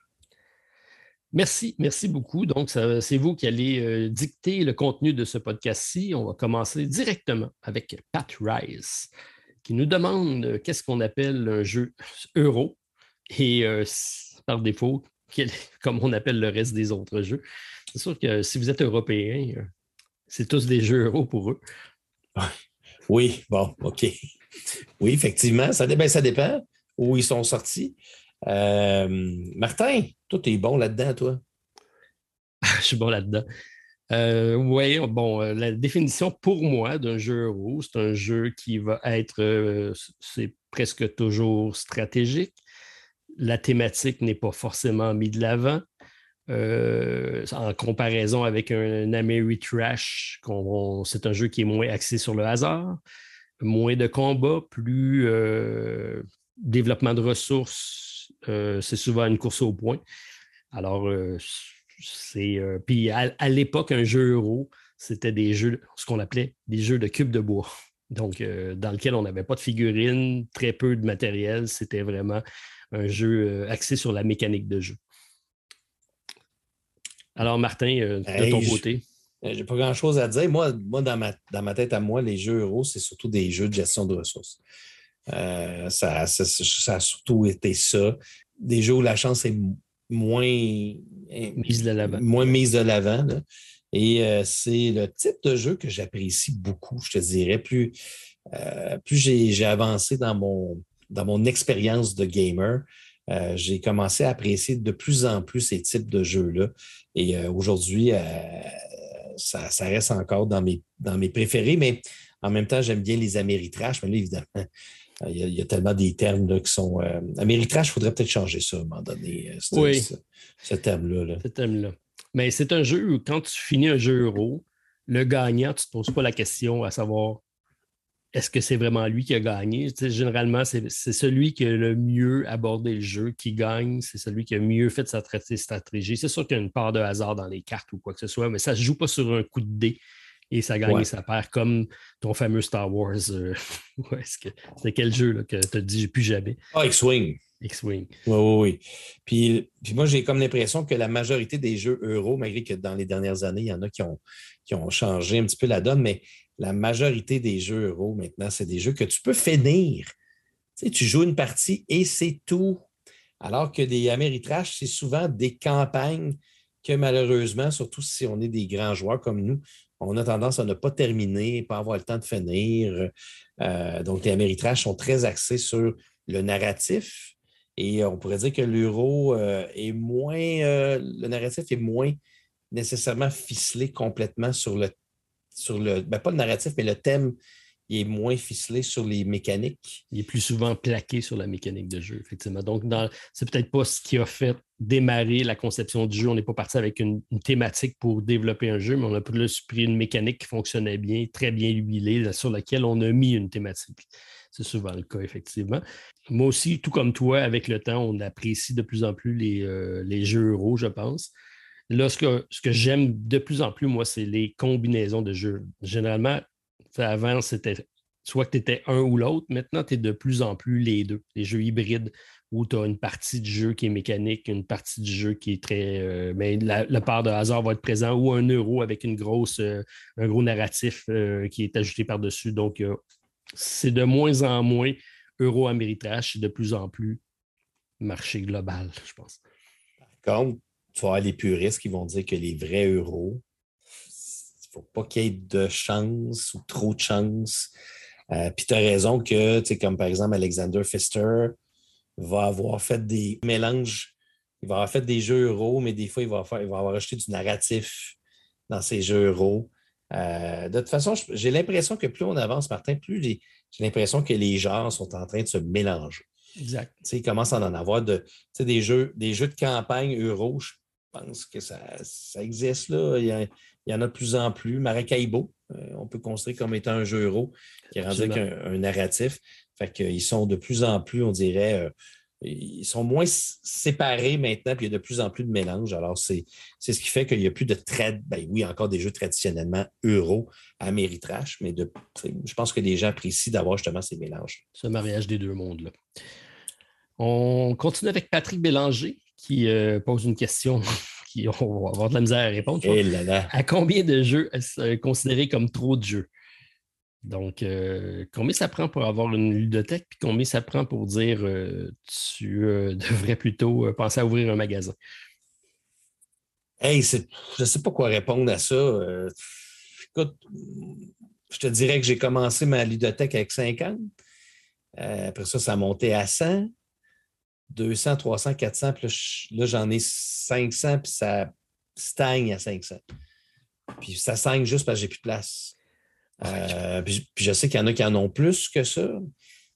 Merci beaucoup. Donc, c'est vous qui allez dicter le contenu de ce podcast-ci. On va commencer directement avec Pat Rice, qui nous demande qu'est-ce qu'on appelle un jeu euro et par défaut, comme on appelle le reste des autres jeux. C'est sûr que si vous êtes européen, c'est tous des jeux euros pour eux. Oui, bon, OK. Oui, effectivement, ça dépend où ils sont sortis. Martin, toi, tu es bon là-dedans, toi? Je suis bon là-dedans. Oui, bon, la définition pour moi d'un jeu euro, c'est un jeu qui va être, c'est presque toujours stratégique. La thématique n'est pas forcément mise de l'avant. en comparaison avec un Ameritrash, c'est un jeu qui est moins axé sur le hasard, moins de combats, plus développement de ressources, c'est souvent une course au point. Alors, puis à l'époque, un jeu euro, c'était des jeux, ce qu'on appelait des jeux de cubes de bois. Donc, dans lequel on n'avait pas de figurines, très peu de matériel. C'était vraiment un jeu axé sur la mécanique de jeu. Alors, Martin, de ton côté? J'ai pas grand-chose à dire. Moi dans ma tête à moi, les jeux euro, c'est surtout des jeux de gestion de ressources. Ça a surtout été ça. Des jeux où la chance est moins mise de l'avant. Là. Et c'est le type de jeu que j'apprécie beaucoup, je te dirais. Plus j'ai avancé dans mon expérience de gamer, j'ai commencé à apprécier de plus en plus ces types de jeux-là. Et aujourd'hui, ça reste encore dans mes préférés, mais en même temps, j'aime bien les Ameritrash. Mais là, évidemment, il y a tellement des termes là, qui sont... Ameritrash, il faudrait peut-être changer ça à un moment donné, ce terme-là. Là. Ce terme-là. Mais c'est un jeu où, quand tu finis un jeu euro, le gagnant, tu ne te poses pas la question à savoir est-ce que c'est vraiment lui qui a gagné? Tu sais, généralement, c'est celui qui a le mieux abordé le jeu qui gagne. C'est celui qui a mieux fait sa stratégie. C'est sûr qu'il y a une part de hasard dans les cartes ou quoi que ce soit, mais ça ne se joue pas sur un coup de dé et ça gagne et ça perd, comme ton fameux Star Wars. C'était quel jeu là, que tu as dit j'ai plus jamais? X-Wing. X-Wing. Oui. Puis moi, j'ai comme l'impression que la majorité des jeux euro, malgré que dans les dernières années, il y en a qui ont changé un petit peu la donne, mais la majorité des jeux euro, maintenant, c'est des jeux que tu peux finir. Tu sais, tu joues une partie et c'est tout. Alors que des Ameritrash, c'est souvent des campagnes que malheureusement, surtout si on est des grands joueurs comme nous, on a tendance à ne pas terminer, pas avoir le temps de finir. Donc, les Ameritrash sont très axés sur le narratif. Et on pourrait dire que l'euro est moins... le narratif est moins nécessairement ficelé complètement sur le pas le narratif, mais le thème, il est moins ficelé sur les mécaniques. Il est plus souvent plaqué sur la mécanique de jeu, effectivement. Donc, c'est peut-être pas ce qui a fait démarrer la conception du jeu. On n'est pas parti avec une thématique pour développer un jeu, mais on a plus pris une mécanique qui fonctionnait bien, très bien huilée, sur laquelle on a mis une thématique. C'est souvent le cas, effectivement. Moi aussi, tout comme toi, avec le temps, on apprécie de plus en plus les jeux euro, je pense. Là, ce que j'aime de plus en plus, moi, c'est les combinaisons de jeux. Généralement, avant, c'était soit que tu étais un ou l'autre. Maintenant, tu es de plus en plus les deux. Les jeux hybrides où tu as une partie du jeu qui est mécanique, une partie du jeu qui est très... mais la part de hasard va être présent, ou un euro avec un gros narratif qui est ajouté par-dessus. Donc, c'est de moins en moins euro Ameritrash, c'est de plus en plus marché global, je pense. Par contre, tu vas avoir les puristes qui vont dire que les vrais euros, il ne faut pas qu'il y ait de chance ou trop de chance. Puis tu as raison que, tu sais, comme par exemple Alexander Pfister va avoir fait des mélanges, il va avoir fait des jeux euros, mais des fois, il va avoir acheté du narratif dans ces jeux euros. De toute façon, j'ai l'impression que plus on avance, Martin, j'ai l'impression que les genres sont en train de se mélanger. Exact. Tu sais, il commence à en avoir des jeux de campagne euro. Je pense que ça existe là. Il y en a de plus en plus. Maracaibo, on peut considérer comme étant un jeu euro qui est rendu avec un narratif. Fait qu'ils sont de plus en plus, on dirait, ils sont moins séparés maintenant, puis il y a de plus en plus de mélange. Alors, c'est ce qui fait qu'il n'y a plus de oui, encore des jeux traditionnellement euro, Ameritrash, mais je pense que les gens apprécient d'avoir justement ces mélanges. Ce mariage des deux mondes-là. On continue avec Patrick Bélanger qui pose une question on va avoir de la misère à répondre. À combien de jeux est considéré comme trop de jeux? Donc, combien ça prend pour avoir une ludothèque, puis combien ça prend pour dire tu devrais plutôt penser à ouvrir un magasin? Hey, je ne sais pas quoi répondre à ça. Écoute, je te dirais que j'ai commencé ma ludothèque avec 50. Après ça, ça a monté à 100. 200, 300, 400, puis là, j'en ai 500, puis ça stagne à 500. Puis ça stagne juste parce que j'ai plus de place. Puis je sais qu'il y en a qui en ont plus que ça,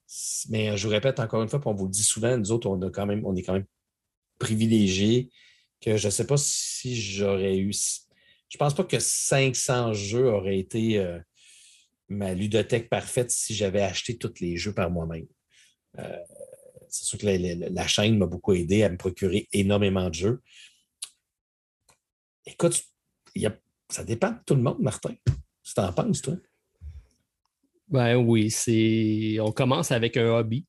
mais je vous répète encore une fois, puis on vous le dit souvent, nous autres, on est quand même privilégiés. que je ne sais pas si j'aurais eu. Je pense pas que 500 jeux auraient été ma ludothèque parfaite si j'avais acheté tous les jeux par moi-même. Euh, c'est sûr que la chaîne m'a beaucoup aidé à me procurer énormément de jeux. Écoute, ça dépend de tout le monde, Martin. Si tu en penses, toi. Ben oui, on commence avec un hobby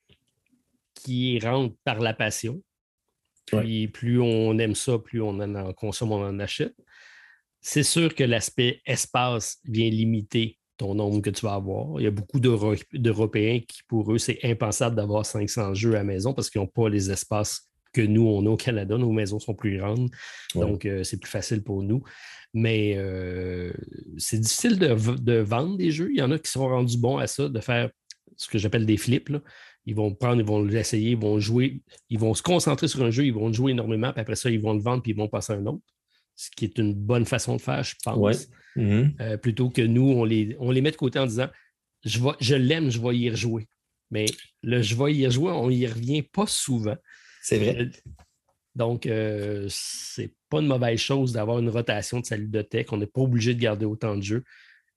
qui rentre par la passion. Puis plus on aime ça, plus on en consomme, on en achète. C'est sûr que l'aspect espace vient limiter ton nombre que tu vas avoir. Il y a beaucoup d'Européens qui, pour eux, c'est impensable d'avoir 500 jeux à la maison parce qu'ils n'ont pas les espaces que nous, on a au Canada. Nos maisons sont plus grandes, donc c'est plus facile pour nous. Mais c'est difficile de vendre des jeux. Il y en a qui sont rendus bons à ça, de faire ce que j'appelle des flips, là. Ils vont prendre, ils vont l'essayer, ils vont jouer, ils vont se concentrer sur un jeu, ils vont le jouer énormément, puis après ça, ils vont le vendre, puis ils vont passer à un autre. Ce qui est une bonne façon de faire, je pense. Ouais. Plutôt que nous, on les met de côté en disant je l'aime, je vais y rejouer. Mais le je vais y rejouer, on n'y revient pas souvent. C'est vrai. Donc, c'est pas une mauvaise chose d'avoir une rotation de sa ludothèque. On n'est pas obligé de garder autant de jeux.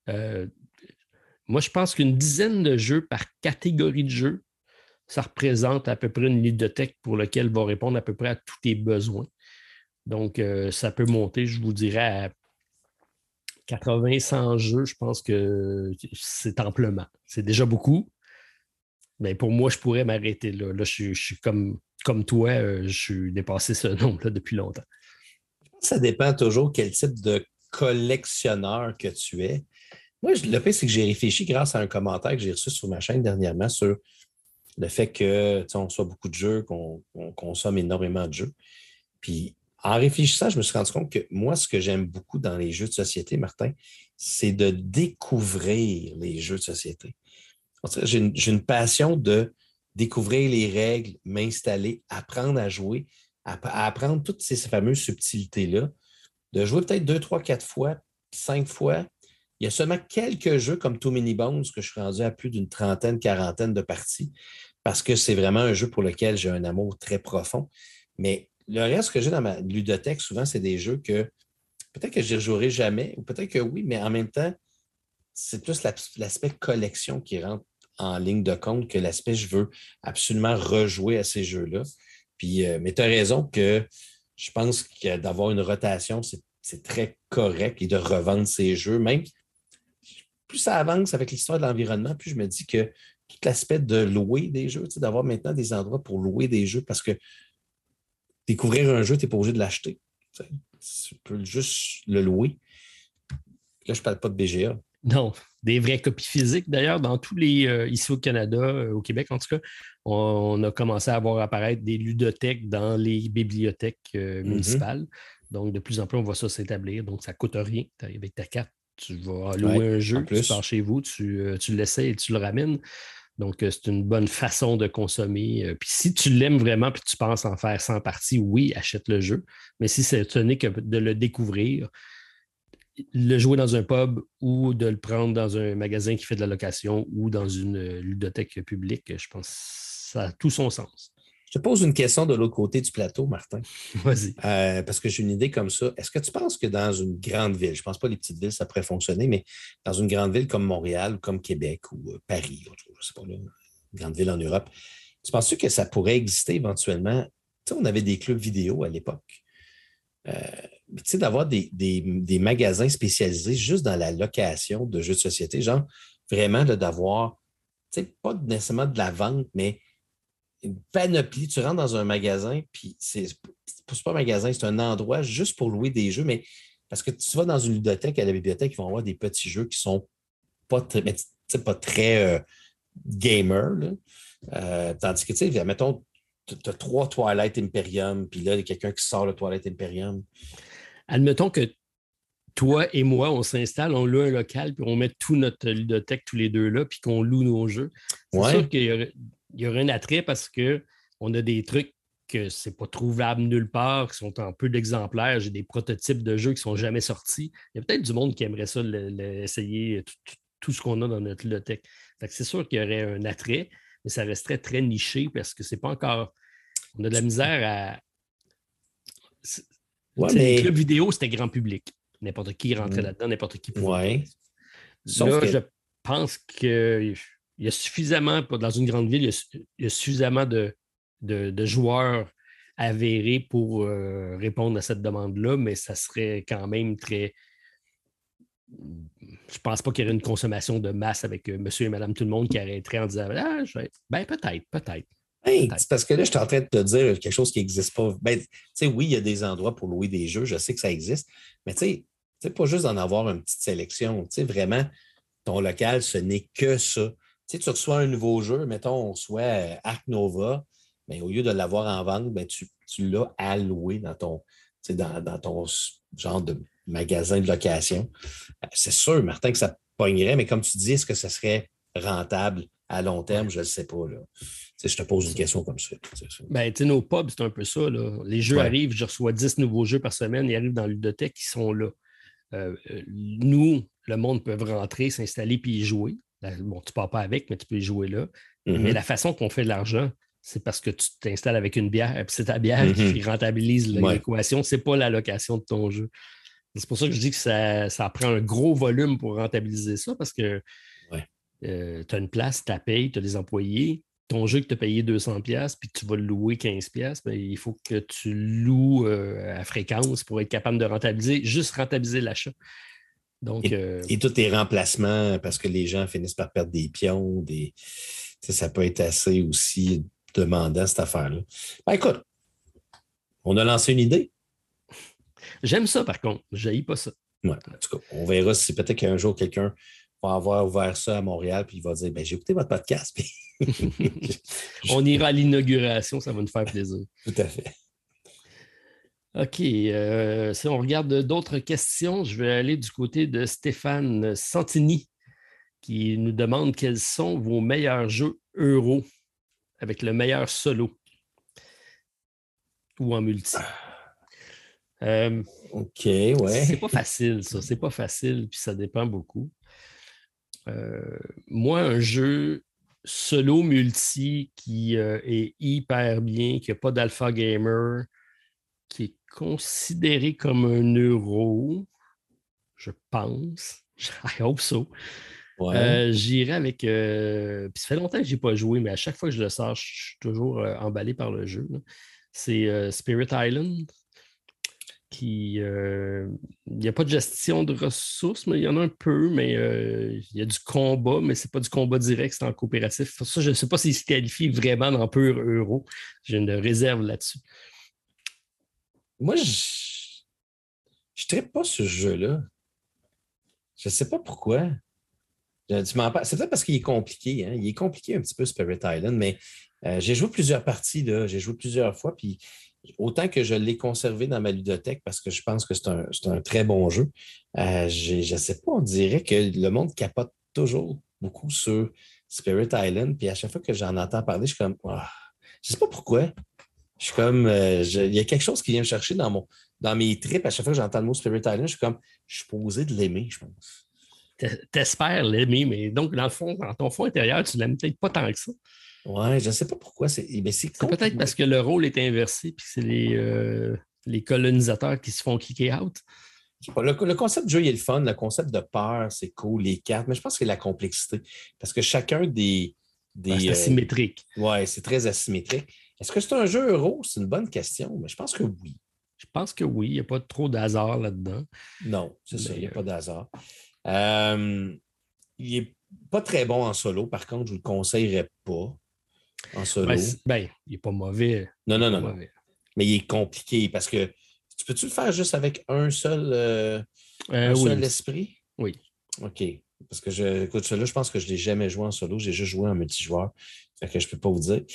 Moi, je pense qu'une dizaine de jeux par catégorie de jeux, ça représente à peu près une ludothèque pour laquelle va répondre à peu près à tous tes besoins. Donc, ça peut monter, je vous dirais, à 80, 100 jeux. Je pense que c'est amplement. C'est déjà beaucoup. Mais pour moi, je pourrais m'arrêter là. Là, je suis comme toi, je suis dépassé ce nombre-là depuis longtemps. Ça dépend toujours quel type de collectionneur que tu es. Moi, le pire, c'est que j'ai réfléchi grâce à un commentaire que j'ai reçu sur ma chaîne dernièrement sur le fait que on reçoit beaucoup de jeux, qu'on consomme énormément de jeux. Puis, en réfléchissant, je me suis rendu compte que moi, ce que j'aime beaucoup dans les jeux de société, Martin, c'est de découvrir les jeux de société. J'ai une passion de découvrir les règles, m'installer, apprendre à jouer, à apprendre toutes ces fameuses subtilités-là, de jouer peut-être 2, 3, 4 fois, 5 fois. Il y a seulement quelques jeux comme Too Many Bones que je suis rendu à plus d'une trentaine, quarantaine de parties parce que c'est vraiment un jeu pour lequel j'ai un amour très profond. Mais le reste que j'ai dans ma ludothèque, souvent, c'est des jeux que peut-être que je ne rejouerai jamais, ou peut-être que oui, mais en même temps, c'est plus l'aspect collection qui rentre en ligne de compte que l'aspect je veux absolument rejouer à ces jeux-là. Puis, mais tu as raison que je pense que d'avoir une rotation, c'est très correct et de revendre ces jeux. Même plus ça avance avec l'histoire de l'environnement, plus je me dis que tout l'aspect de louer des jeux, d'avoir maintenant des endroits pour louer des jeux parce que découvrir un jeu, tu n'es pas obligé de l'acheter. Tu peux juste le louer. Là, je ne parle pas de BGA. Non, des vraies copies physiques. D'ailleurs, dans tous les, ici au Canada, au Québec en tout cas, on a commencé à voir apparaître des ludothèques dans les bibliothèques municipales. Donc, de plus en plus, on voit ça s'établir. Donc, ça ne coûte rien. Tu arrives avec ta carte, tu vas louer un jeu, tu pars chez vous, tu l'essaies et tu le ramènes. Donc, c'est une bonne façon de consommer. Puis si tu l'aimes vraiment et tu penses en faire 100 parties, oui, achète le jeu. Mais si ce n'est que de le découvrir, le jouer dans un pub ou de le prendre dans un magasin qui fait de la location ou dans une ludothèque publique, je pense que ça a tout son sens. Je te pose une question de l'autre côté du plateau, Martin. Vas-y. Parce que j'ai une idée comme ça. Est-ce que tu penses que dans une grande ville, je ne pense pas que les petites villes, ça pourrait fonctionner, mais dans une grande ville comme Montréal, comme Québec ou Paris, je ne sais pas, là, une grande ville en Europe, tu penses que ça pourrait exister éventuellement? Tu sais, on avait des clubs vidéo à l'époque. D'avoir des magasins spécialisés juste dans la location de jeux de société, genre vraiment d'avoir, pas nécessairement de la vente, mais une panoplie. Tu rentres dans un magasin, puis c'est pas un magasin, c'est un endroit juste pour louer des jeux, mais parce que tu vas dans une ludothèque, à la bibliothèque, ils vont avoir des petits jeux qui sont pas très gamer. Tandis que, mettons, tu as 3 Twilight Imperium, puis là, il y a quelqu'un qui sort le Twilight Imperium. Admettons que toi et moi, on s'installe, on loue un local, puis on met tout notre ludothèque tous les deux là, puis qu'on loue nos jeux. C'est sûr qu'il y aurait un attrait parce qu'on a des trucs que c'est pas trouvable nulle part, qui sont en peu d'exemplaires. J'ai des prototypes de jeux qui sont jamais sortis. Il y a peut-être du monde qui aimerait ça essayer tout ce qu'on a dans notre ludothèque. Fait que c'est sûr qu'il y aurait un attrait, mais ça resterait très niché parce que c'est pas encore... On a de la misère Les clubs vidéo, c'était grand public. N'importe qui rentrait là-dedans, n'importe qui pouvait. Là, je pense qu'il y a suffisamment, dans une grande ville, il y a suffisamment de joueurs avérés pour répondre à cette demande-là, mais ça serait quand même très... Je pense pas qu'il y aurait une consommation de masse avec monsieur et madame tout le monde qui arrêterait en disant peut-être. Hey, c'est parce que là, je suis en train de te dire quelque chose qui n'existe pas. Ben, oui, il y a des endroits pour louer des jeux, je sais que ça existe, mais tu sais, pas juste d'en avoir une petite sélection. Vraiment, ton local, ce n'est que ça. Tu reçois un nouveau jeu, mettons, on reçoit Ark Nova, mais au lieu de l'avoir en vente, ben, tu l'as alloué dans ton genre de magasin de location. C'est sûr, Martin, que ça pognerait, mais comme tu dis, est-ce que ça serait rentable à long terme? Je ne le sais pas. Là. Je te pose une question comme ça. Ben, nos pubs, c'est un peu ça. Là. Les jeux arrivent, je reçois 10 nouveaux jeux par semaine, ils arrivent dans la ludothèque, ils sont là. Nous, le monde peut rentrer, s'installer puis y jouer. Bon, tu ne pars pas avec, mais tu peux y jouer là. Mm-hmm. Mais la façon qu'on fait de l'argent, c'est parce que tu t'installes avec une bière, puis c'est ta bière qui rentabilise l'équation, c'est pas la location de ton jeu. C'est pour ça que je dis que ça prend un gros volume pour rentabiliser ça, parce que tu as une place, tu as payé, tu as des employés, ton jeu que tu as payé 200$, puis tu vas le louer 15$, ben, il faut que tu loues à fréquence pour être capable de rentabiliser l'achat. Donc, et tous tes remplacements, parce que les gens finissent par perdre des pions, ça peut être assez aussi demandant, cette affaire-là. Ben, écoute, on a lancé une idée. J'aime ça, par contre. Je n'haïs pas ça. Ouais, en tout cas, on verra si peut-être qu'un jour, quelqu'un va avoir ouvert ça à Montréal puis il va dire « j'ai écouté votre podcast. » On ira à l'inauguration, ça va nous faire plaisir. Tout à fait. OK. Si on regarde d'autres questions, je vais aller du côté de Stéphane Santini qui nous demande quels sont vos meilleurs jeux euro avec le meilleur solo ou en multi. OK, ouais. C'est pas facile, ça. C'est pas facile, puis ça dépend beaucoup. Moi, un jeu solo multi qui est hyper bien, qui n'a pas d'alpha gamer, qui est considéré comme un euro, je pense. I hope so. Ouais. J'irai avec... puis ça fait longtemps que je n'ai pas joué, mais à chaque fois que je le sors, je suis toujours emballé par le jeu. Là. C'est Spirit Island. Il n'y a pas de gestion de ressources, mais il y en a un peu, mais il y a du combat, mais ce n'est pas du combat direct, c'est en coopératif. Ça, je ne sais pas s'il se qualifie vraiment dans pur euro. J'ai une réserve là-dessus. Moi, je ne traite pas ce jeu-là. Je ne sais pas pourquoi. C'est peut-être parce qu'il est compliqué. Hein? Il est compliqué un petit peu, Spirit Island, mais j'ai joué plusieurs parties. Là. J'ai joué plusieurs fois, puis autant que je l'ai conservé dans ma ludothèque parce que je pense que c'est un très bon jeu, je ne sais pas, on dirait que le monde capote toujours beaucoup sur Spirit Island, puis à chaque fois que j'en entends parler, je suis comme, je ne sais pas pourquoi. Je suis comme, il y a quelque chose qui vient me chercher dans mes tripes. À chaque fois que j'entends le mot Spirit Island, je suis posé de l'aimer, je pense. T'espères l'aimer, mais donc, dans le fond, dans ton fond intérieur, tu ne l'aimes peut-être pas tant que ça. Oui, je ne sais pas pourquoi. C'est peut-être parce que le rôle est inversé puis que c'est les colonisateurs qui se font kicker out. Le concept de jeu, il est le fun. Le concept de peur, c'est cool, les cartes. Mais je pense que c'est la complexité. Parce que chacun des c'est asymétrique. Oui, c'est très asymétrique. Est-ce que c'est un jeu euro? C'est une bonne question, mais je pense que oui. Je pense que oui. Il n'y a pas trop de hasard là-dedans. Non, c'est ça. Il n'y a pas de hasard. Il n'est pas très bon en solo. Par contre, je ne le conseillerais pas en solo. Il n'est pas mauvais. Non. Mais il est compliqué parce que peux-tu le faire juste avec un seul esprit? Oui. OK. Parce que écoute, celui-là, je pense que je ne l'ai jamais joué en solo. J'ai juste joué en multijoueur. Fait que je ne peux pas vous dire.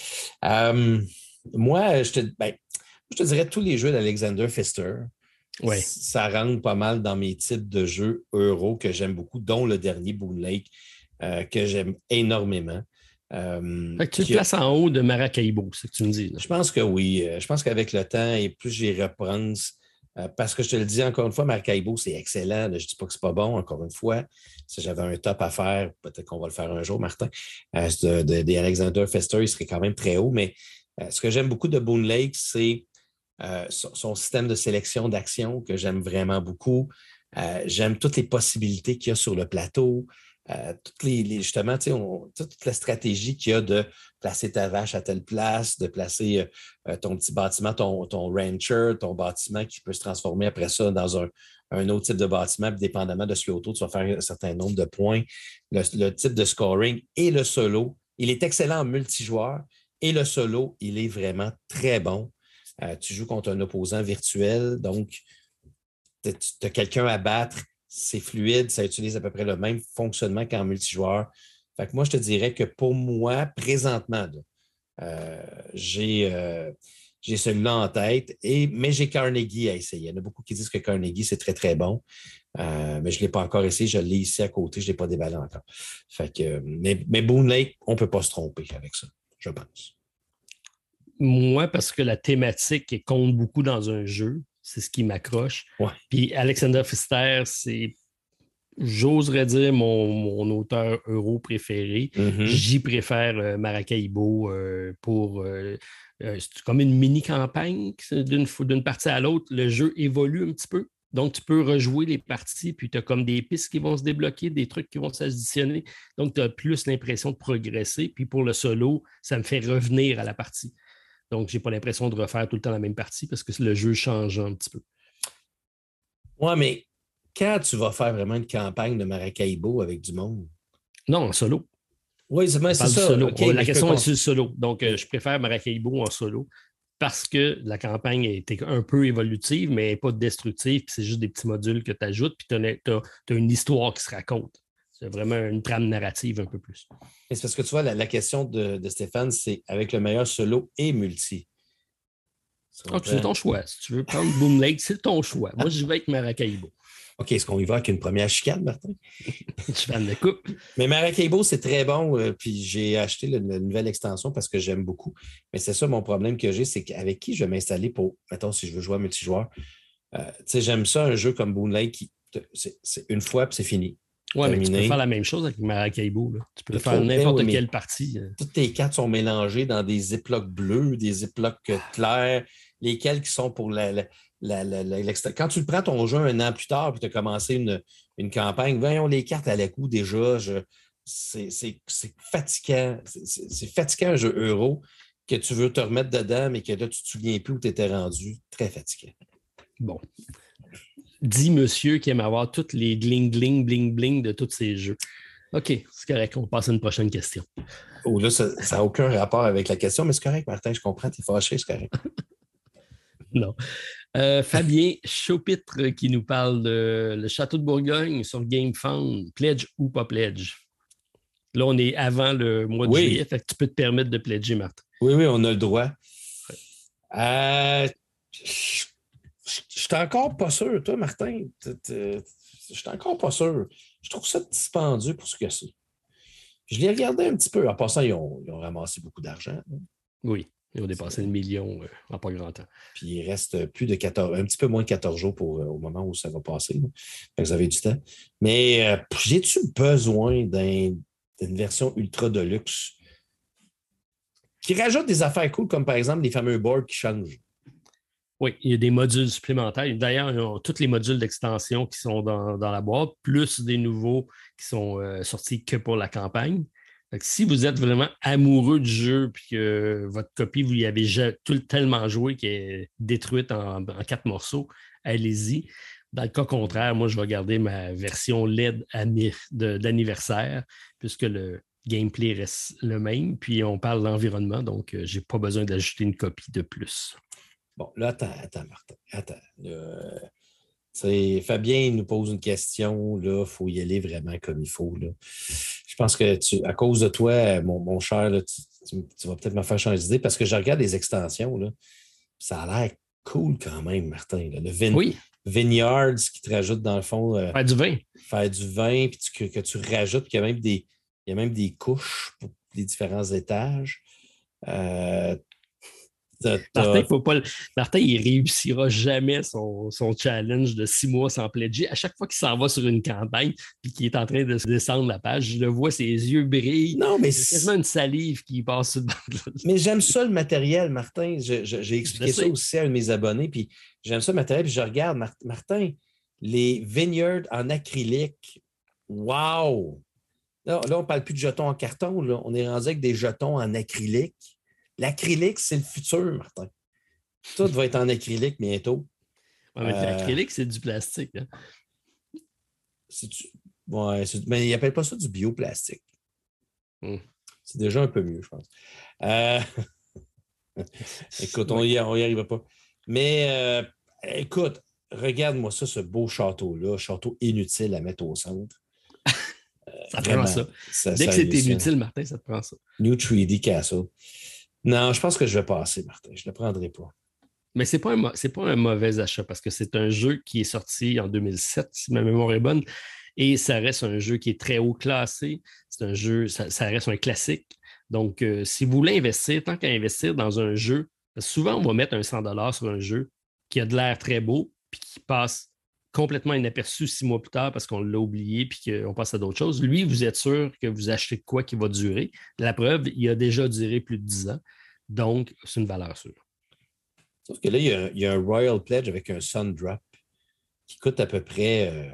Moi, je te dirais tous les jeux d'Alexander Pfister. Ouais. Ça rentre pas mal dans mes types de jeux euro que j'aime beaucoup, dont le dernier Boon Lake, que j'aime énormément. Fait que tu le places en haut de Maracaibo, c'est ce que tu me dis. Là. Je pense que oui. Je pense qu'avec le temps, et plus j'y reprends, parce que je te le dis encore une fois, Maracaibo, c'est excellent. Je ne dis pas que ce n'est pas bon, encore une fois. Si j'avais un top à faire, peut-être qu'on va le faire un jour, Martin. Des Alexander Pfister, il serait quand même très haut. Mais ce que j'aime beaucoup de Boon Lake, c'est son système de sélection d'actions que j'aime vraiment beaucoup. J'aime toutes les possibilités qu'il y a sur le plateau. Justement, toute la stratégie qu'il y a de placer ta vache à telle place, de placer ton petit bâtiment, ton rancher, ton bâtiment qui peut se transformer après ça dans un autre type de bâtiment, puis dépendamment de ce qu'il y a autour, tu vas faire un certain nombre de points. Le type de scoring et le solo. Il est excellent en multijoueur et le solo, il est vraiment très bon. Tu joues contre un opposant virtuel, donc tu as quelqu'un à battre. C'est fluide, ça utilise à peu près le même fonctionnement qu'en multijoueur. Fait que moi, je te dirais que pour moi, présentement, j'ai celui-là en tête, mais j'ai Carnegie à essayer. Il y en a beaucoup qui disent que Carnegie, c'est très, très bon. Mais je ne l'ai pas encore essayé. Je l'ai ici à côté. Je ne l'ai pas déballé encore. Fait que, mais Boone Lake, on ne peut pas se tromper avec ça, je pense. Moi, parce que la thématique compte beaucoup dans un jeu. C'est ce qui m'accroche. Ouais. Puis Alexander Pfister, c'est, j'oserais dire, mon auteur euro préféré. Mm-hmm. J'y préfère Maracaibo pour... c'est comme une mini-campagne d'une partie à l'autre. Le jeu évolue un petit peu. Donc, tu peux rejouer les parties, puis tu as comme des pistes qui vont se débloquer, des trucs qui vont s'additionner. Donc, tu as plus l'impression de progresser. Puis pour le solo, ça me fait revenir à la partie. Donc, je n'ai pas l'impression de refaire tout le temps la même partie parce que le jeu change un petit peu. Oui, mais quand tu vas faire vraiment une campagne de Maracaibo avec du monde? Non, en solo. Oui, c'est ça. Solo. Okay, la question est sur le solo. Donc, je préfère Maracaibo en solo parce que la campagne était un peu évolutive, mais pas destructive. Puis c'est juste des petits modules que tu ajoutes. Puis tu as une histoire qui se raconte. C'est vraiment une trame narrative un peu plus. Et c'est parce que tu vois, la question de Stéphane, c'est avec le meilleur solo et multi. C'est ton choix. Si tu veux prendre Boone Lake, c'est ton choix. Moi, je vais avec Maracaibo. OK, est-ce qu'on y va avec une première chicane, Martin? Je fais de coupe. Mais Maracaibo, c'est très bon. Puis j'ai acheté la nouvelle extension parce que j'aime beaucoup. Mais c'est ça mon problème que j'ai, c'est qu'avec qui je vais m'installer pour, mettons, si je veux jouer à multijoueur. J'aime ça, un jeu comme Boone Lake, c'est une fois puis c'est fini. Oui, mais tu peux faire la même chose avec Maracaibo. Là. Tu peux faire n'importe quelle partie. Toutes tes cartes sont mélangées dans des ziplocs bleus, des ziplocs clairs, lesquels qui sont pour quand tu prends ton jeu un an plus tard et tu as commencé une campagne, voyons, les cartes à la coup déjà, c'est fatigant. C'est fatigant un jeu euro que tu veux te remettre dedans, mais que là, tu ne te souviens plus où tu étais rendu. Très fatigant. Bon. Dit monsieur qui aime avoir toutes les gling-gling, bling-bling de tous ces jeux. OK, c'est correct. On passe à une prochaine question. Oh, là, ça n'a aucun rapport avec la question, mais c'est correct, Martin, je comprends, tu es fâché, c'est correct. Non. Fabien Chaupitre qui nous parle de le Château de Bourgogne sur GameFound. Pledge ou pas pledge? Là, on est avant le mois de juillet, fait que tu peux te permettre de pledger, Martin. Oui, on a le droit. Je suis encore pas sûr, toi, Martin. Je suis encore pas sûr. Je trouve ça dispendieux pour ce que c'est. Je l'ai regardé un petit peu. En passant, ils ont ramassé beaucoup d'argent. Oui, ils ont dépassé le million en pas grand temps. Puis il reste un petit peu moins de 14 jours au moment où ça va passer. Fait que vous avez du temps. Mais j'ai-tu besoin d'une version ultra de luxe qui rajoute des affaires cool, comme par exemple les fameux boards qui changent? Oui, il y a des modules supplémentaires. D'ailleurs, ils ont tous les modules d'extension qui sont dans la boîte, plus des nouveaux qui sont sortis que pour la campagne. Donc, si vous êtes vraiment amoureux du jeu et que votre copie, vous y avez tellement joué qu'elle est détruite en 4 morceaux, allez-y. Dans le cas contraire, moi, je vais garder ma version LED d'anniversaire puisque le gameplay reste le même. Puis, on parle d'environnement, donc je n'ai pas besoin d'ajouter une copie de plus. Bon, là, attends, Martin. Attends. Fabien nous pose une question. Il faut y aller vraiment comme il faut. Là. Je pense que à cause de toi, mon cher, là, tu vas peut-être me faire changer d'idée parce que je regarde les extensions. Là, ça a l'air cool quand même, Martin. Là. Le Vineyards qui te rajoute dans le fond. Faire du vin. Faire du vin, puis que tu rajoutes, puis il y a même des couches pour les différents étages. Martin, Martin, il réussira jamais son challenge de 6 mois sans pledger. À chaque fois qu'il s'en va sur une campagne et qu'il est en train de descendre la page, je le vois, ses yeux brillent. Non, mais il y a quasiment une salive qui passe sur le bord. Mais j'aime ça le matériel, Martin. J'ai expliqué ça aussi à un de mes abonnés. Puis j'aime ça le matériel. Puis je regarde, Martin, les vineyards en acrylique. Wow! Là, on ne parle plus de jetons en carton. Là. On est rendu avec des jetons en acrylique. L'acrylique, c'est le futur, Martin. Tout va être en acrylique bientôt. Ouais, mais l'acrylique, c'est du plastique. Hein? Ouais, mais ils n'appellent pas ça du bioplastique. C'est déjà un peu mieux, je pense. Écoute, on y arrive pas. Mais écoute, regarde-moi ça, ce beau château-là, château inutile à mettre au centre. Ça prend ça. Dès que c'est inutile, Martin, ça te prend ça. New 3D Castle. Non, je pense que je vais passer, Martin. Je ne le prendrai pas. Mais ce n'est pas un mauvais achat parce que c'est un jeu qui est sorti en 2007, si ma mémoire est bonne, et ça reste un jeu qui est très haut classé. C'est un jeu, ça reste un classique. Donc, si vous voulez investir, tant qu'à investir dans un jeu, parce que souvent, on va mettre un 100$ sur un jeu qui a de l'air très beau puis qui passe complètement inaperçu 6 mois plus tard parce qu'on l'a oublié puis qu'on passe à d'autres choses. Lui, vous êtes sûr que vous achetez de quoi qui va durer. La preuve, il a déjà duré plus de 10 ans. Donc, c'est une valeur sûre. Sauf que là, il y a un Royal Pledge avec un Sun Drop qui coûte à peu près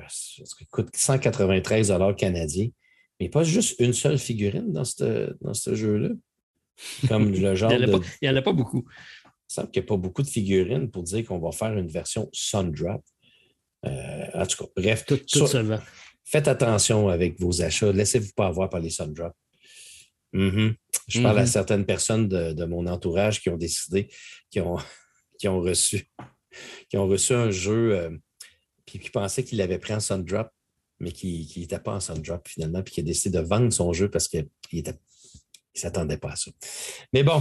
193$ canadiens. Mais pas juste une seule figurine dans ce jeu-là. Comme le genre il n'y en a pas beaucoup. Il semble qu'il n'y a pas beaucoup de figurines pour dire qu'on va faire une version Sun Drop. En tout cas, bref. Tout se vend. Faites attention avec vos achats. Laissez-vous pas avoir par les Sun Drop. Je parle à certaines personnes de mon entourage qui ont décidé, qui ont reçu un jeu puis qui pensaient qu'il l'avait pris en Sun Drop, mais qui n'était pas en Sun Drop finalement, puis qui a décidé de vendre son jeu parce qu'il ne s'attendait pas à ça. Mais bon,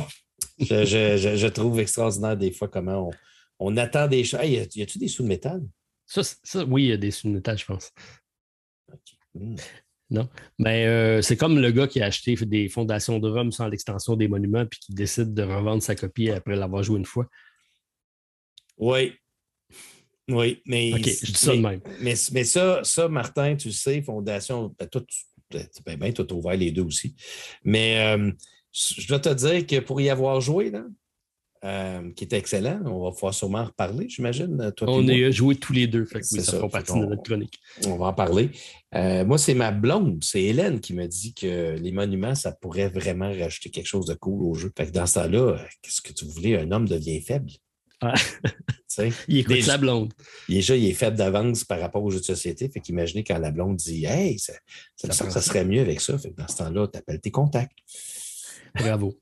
je trouve extraordinaire des fois comment on attend des choses. Hey, y a-tu des sous de métal? Ça, oui, il y a des sous de métal, je pense. OK. Non. Mais c'est comme le gars qui a acheté des fondations de Rome sans l'extension des monuments puis qui décide de revendre sa copie après l'avoir joué une fois. Oui. Oui, mais. OK, je dis ça de même. Mais ça, Martin, tu sais, Fondation, toi, tu as ouvert les deux aussi. Mais je dois te dire que pour y avoir joué, là, qui était excellent, on va pouvoir sûrement en reparler, j'imagine. On y a joué tous les deux, fait que oui, ça fera partie de notre chronique. On va en parler. Moi, c'est ma blonde, c'est Hélène qui me dit que les monuments, ça pourrait vraiment rajouter quelque chose de cool au jeu. Fait que dans ce temps-là, qu'est-ce que tu voulais? Un homme devient faible. Ah. Il écoute déjà, la blonde. Déjà, il est faible d'avance par rapport aux jeux de société. Fait qu'imaginez quand la blonde dit « Hey, ça me semble que ça serait mieux avec ça. » Fait que dans ce temps-là, tu appelles tes contacts. Bravo.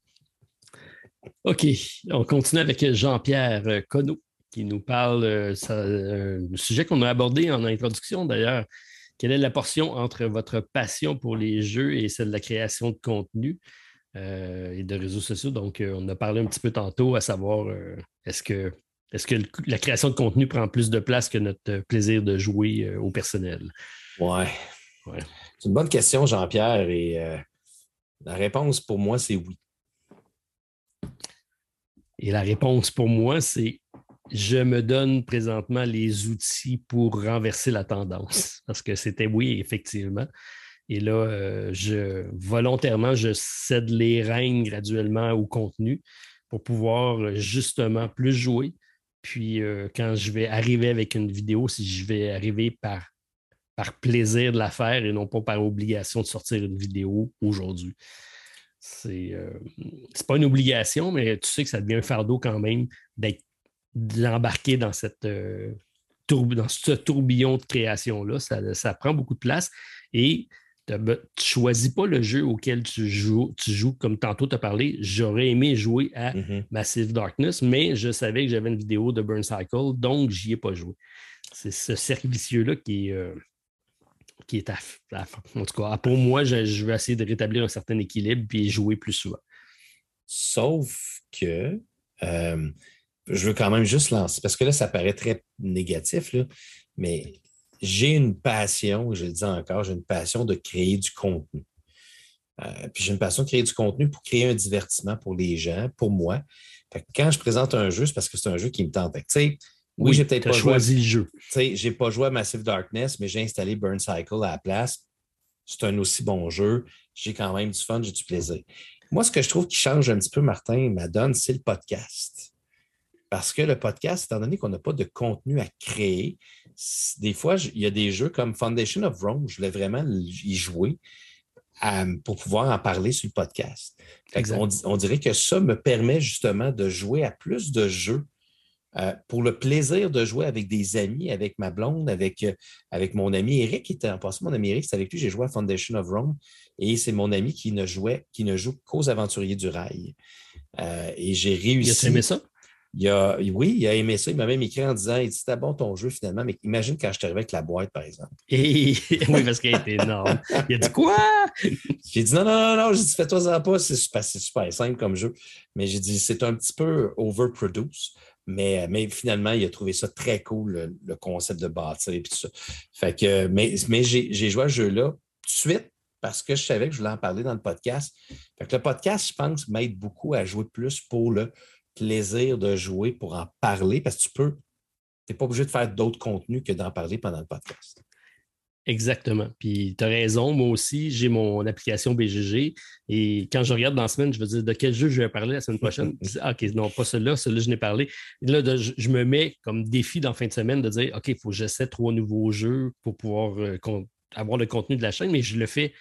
OK. On continue avec Jean-Pierre Conneau qui nous parle du sujet qu'on a abordé en introduction d'ailleurs. Quelle est la portion entre votre passion pour les jeux et celle de la création de contenu et de réseaux sociaux? Donc, on a parlé un petit peu tantôt à savoir est-ce que la création de contenu prend plus de place que notre plaisir de jouer au personnel? Ouais. C'est une bonne question, Jean-Pierre, et la réponse pour moi, c'est oui. Et la réponse pour moi, c'est je me donne présentement les outils pour renverser la tendance. Parce que c'était oui, effectivement. Et là, volontairement, je cède les rênes graduellement au contenu pour pouvoir justement plus jouer. Puis quand je vais arriver avec une vidéo, si je vais arriver par plaisir de la faire et non pas par obligation de sortir une vidéo aujourd'hui. C'est pas une obligation, mais tu sais que ça devient un fardeau quand même d'embarquer dans ce tourbillon de création-là. Ça prend beaucoup de place et tu ne choisis pas le jeu auquel tu joues. Comme tantôt tu as parlé, j'aurais aimé jouer à Massive Darkness, mais je savais que j'avais une vidéo de Burn Cycle, donc j'y ai pas joué. C'est ce cercle vicieux-là qui est en tout cas, pour moi, je vais essayer de rétablir un certain équilibre et jouer plus souvent. Sauf que je veux quand même juste lancer, parce que là, ça paraît très négatif, là, mais j'ai une passion, je le dis encore, j'ai une passion de créer du contenu. Puis j'ai une passion de créer du contenu pour créer un divertissement pour les gens, pour moi. Fait que quand je présente un jeu, c'est parce que c'est un jeu qui me tente. Fait que, tu sais, oui, j'ai peut-être pas choisi le jeu. Tu sais, j'ai pas joué à Massive Darkness, mais j'ai installé Burn Cycle à la place. C'est un aussi bon jeu. J'ai quand même du fun, j'ai du plaisir. Moi, ce que je trouve qui change un petit peu, Martin, ma donne, c'est le podcast. Parce que le podcast, étant donné qu'on n'a pas de contenu à créer, des fois, il y a des jeux comme Foundation of Rome, je voulais vraiment y jouer pour pouvoir en parler sur le podcast. On dirait que ça me permet justement de jouer à plus de jeux pour le plaisir de jouer avec des amis, avec ma blonde, avec mon ami Eric, qui était en passant, mon ami Eric, c'est avec lui que j'ai joué à Foundation of Rome, et c'est mon ami qui ne joue qu'aux Aventuriers du Rail. Et j'ai réussi. Il a aimé ça? Oui, il a aimé ça. Il m'a même écrit en disant, il dit, c'était bon ton jeu finalement, mais imagine quand je suis arrivé avec la boîte, par exemple. Oui, parce qu'elle était énorme. Il a dit quoi? J'ai dit non, j'ai dit fais-toi-en pas, c'est super simple comme jeu. Mais j'ai dit c'est un petit peu overproduce. Mais finalement, il a trouvé ça très cool, le concept de bâtir et tout ça. Fait que, mais j'ai joué à ce jeu-là tout de suite parce que je savais que je voulais en parler dans le podcast. Fait que le podcast, je pense, m'aide beaucoup à jouer plus pour le plaisir de jouer, pour en parler, parce que tu n'es pas obligé de faire d'autres contenus que d'en parler pendant le podcast. Exactement. Puis tu as raison, moi aussi, j'ai mon application BGG et quand je regarde dans la semaine, je veux dire de quel jeu je vais parler la semaine prochaine. OK, non, pas celui-là je n'ai parlé. Et là, je me mets comme défi dans la fin de semaine de dire OK, il faut que j'essaie 3 nouveaux jeux pour pouvoir avoir le contenu de la chaîne, mais je le fais.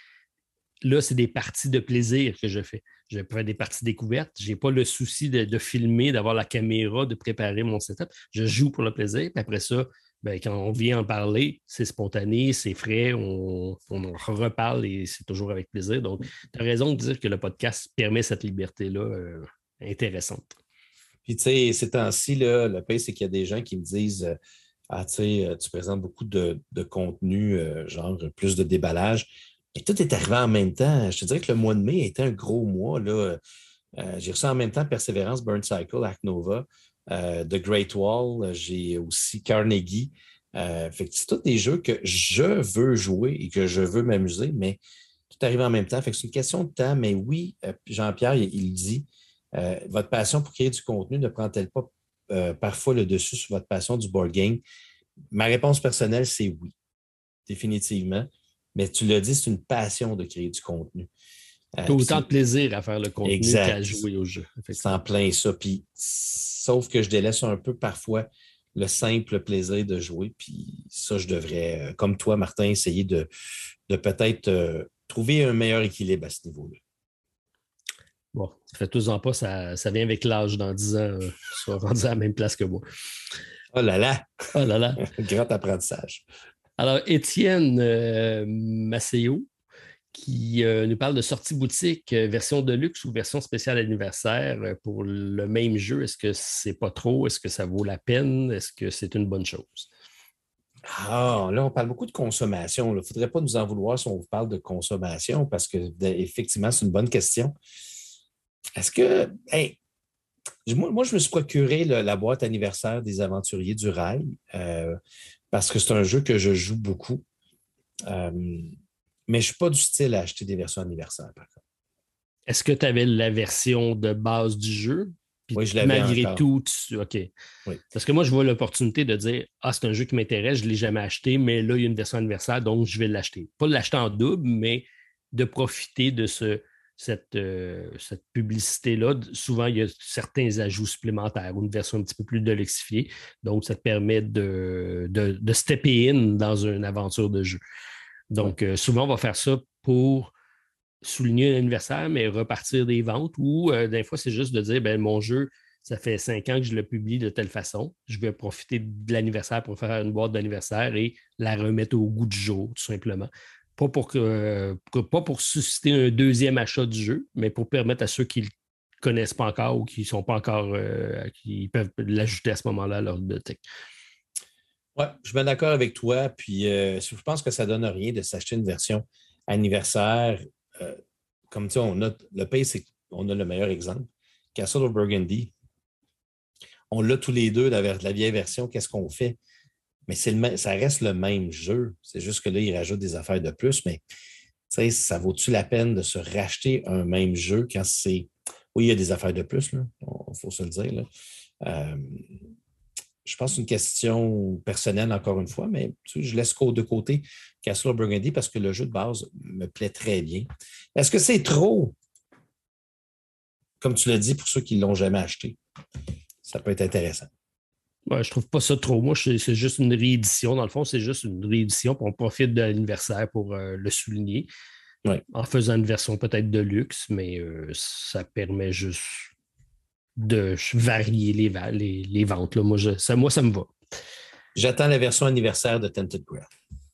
Là, c'est des parties de plaisir que je fais. Je vais faire des parties découvertes. Je n'ai pas le souci de filmer, d'avoir la caméra, de préparer mon setup. Je joue pour le plaisir. Puis après ça, quand on vient en parler, c'est spontané, c'est frais, on en reparle et c'est toujours avec plaisir. Donc, tu as raison de dire que le podcast permet cette liberté-là intéressante. Puis, tu sais, ces temps-ci, là, le pire, c'est qu'il y a des gens qui me disent ah, tu sais, tu présentes beaucoup de contenu, genre plus de déballage. Et tout est arrivé en même temps. Je te dirais que le mois de mai était un gros mois. Là. J'ai reçu en même temps Perseverance, Burn Cycle, Ark Nova, The Great Wall. J'ai aussi Carnegie. Fait que c'est tous des jeux que je veux jouer et que je veux m'amuser, mais tout arrive en même temps. Fait que c'est une question de temps. Mais oui, Jean-Pierre, il dit votre passion pour créer du contenu ne prend-elle pas parfois le dessus sur votre passion du board game? Ma réponse personnelle, c'est oui, définitivement. Mais tu l'as dit, c'est une passion de créer du contenu. Tu as autant de plaisir à faire le contenu qu'à jouer au jeu. C'est en plein ça. Puis, sauf que je délaisse un peu parfois le simple plaisir de jouer. Puis ça, je devrais, comme toi, Martin, essayer de peut-être trouver un meilleur équilibre à ce niveau-là. Bon, faites-en pas, ça vient avec l'âge. Dans 10 ans, tu seras rendu à la même place que moi. Oh là là! Oh là là! Grand apprentissage. Alors, Étienne Maceo, qui nous parle de sortie boutique, version de luxe ou version spéciale anniversaire pour le même jeu. Est-ce que c'est pas trop? Est-ce que ça vaut la peine? Est-ce que c'est une bonne chose? Ah, là, on parle beaucoup de consommation. Il ne faudrait pas nous en vouloir si on vous parle de consommation parce que, effectivement, c'est une bonne question. Est-ce que. Hey, moi, je me suis procuré la boîte anniversaire des Aventuriers du Rail parce que c'est un jeu que je joue beaucoup. Mais je ne suis pas du style à acheter des versions anniversaires, par contre. Est-ce que tu avais la version de base du jeu? Oui, je l'avais malgré encore. tout, OK. Oui. Parce que moi, je vois l'opportunité de dire ah, c'est un jeu qui m'intéresse, je ne l'ai jamais acheté, mais là, il y a une version anniversaire, donc je vais l'acheter. Pas l'acheter en double, mais de profiter de cette publicité-là. Souvent, il y a certains ajouts supplémentaires ou une version un petit peu plus deluxifiée. Donc, ça te permet de stepper in dans une aventure de jeu. Donc, souvent, on va faire ça pour souligner l'anniversaire, mais repartir des ventes ou des fois, c'est juste de dire mon jeu, ça fait 5 ans que je le publie de telle façon. Je vais profiter de l'anniversaire pour faire une boîte d'anniversaire et la remettre au goût du jour, tout simplement. Pas pour susciter un deuxième achat du jeu, mais pour permettre à ceux qui ne le connaissent pas encore ou qui ne sont pas encore, qui peuvent l'ajouter à ce moment-là à leur bibliothèque. Oui, je suis bien d'accord avec toi. Puis, je pense que ça ne donne rien de s'acheter une version anniversaire. Comme tu sais, le pays, c'est qu'on a le meilleur exemple. Castle of Burgundy. On l'a tous les deux, la vieille version. Qu'est-ce qu'on fait? Mais ça reste le même jeu. C'est juste que là, ils rajoutent des affaires de plus. Mais sais, ça vaut-tu la peine de se racheter un même jeu quand c'est... Oui, il y a des affaires de plus, il faut se le dire. Là. Je pense que c'est une question personnelle, encore une fois, mais tu sais, je laisse de côté Castle of Burgundy parce que le jeu de base me plaît très bien. Est-ce que c'est trop, comme tu l'as dit, pour ceux qui ne l'ont jamais acheté? Ça peut être intéressant. Ouais, je trouve pas ça trop. Moi, c'est juste une réédition. Dans le fond, c'est juste une réédition. Puis on profite de l'anniversaire pour le souligner. Ouais. En faisant une version peut-être de luxe, mais ça permet juste de varier les ventes. Là. Moi, ça me va. J'attends la version anniversaire de Tented Grail.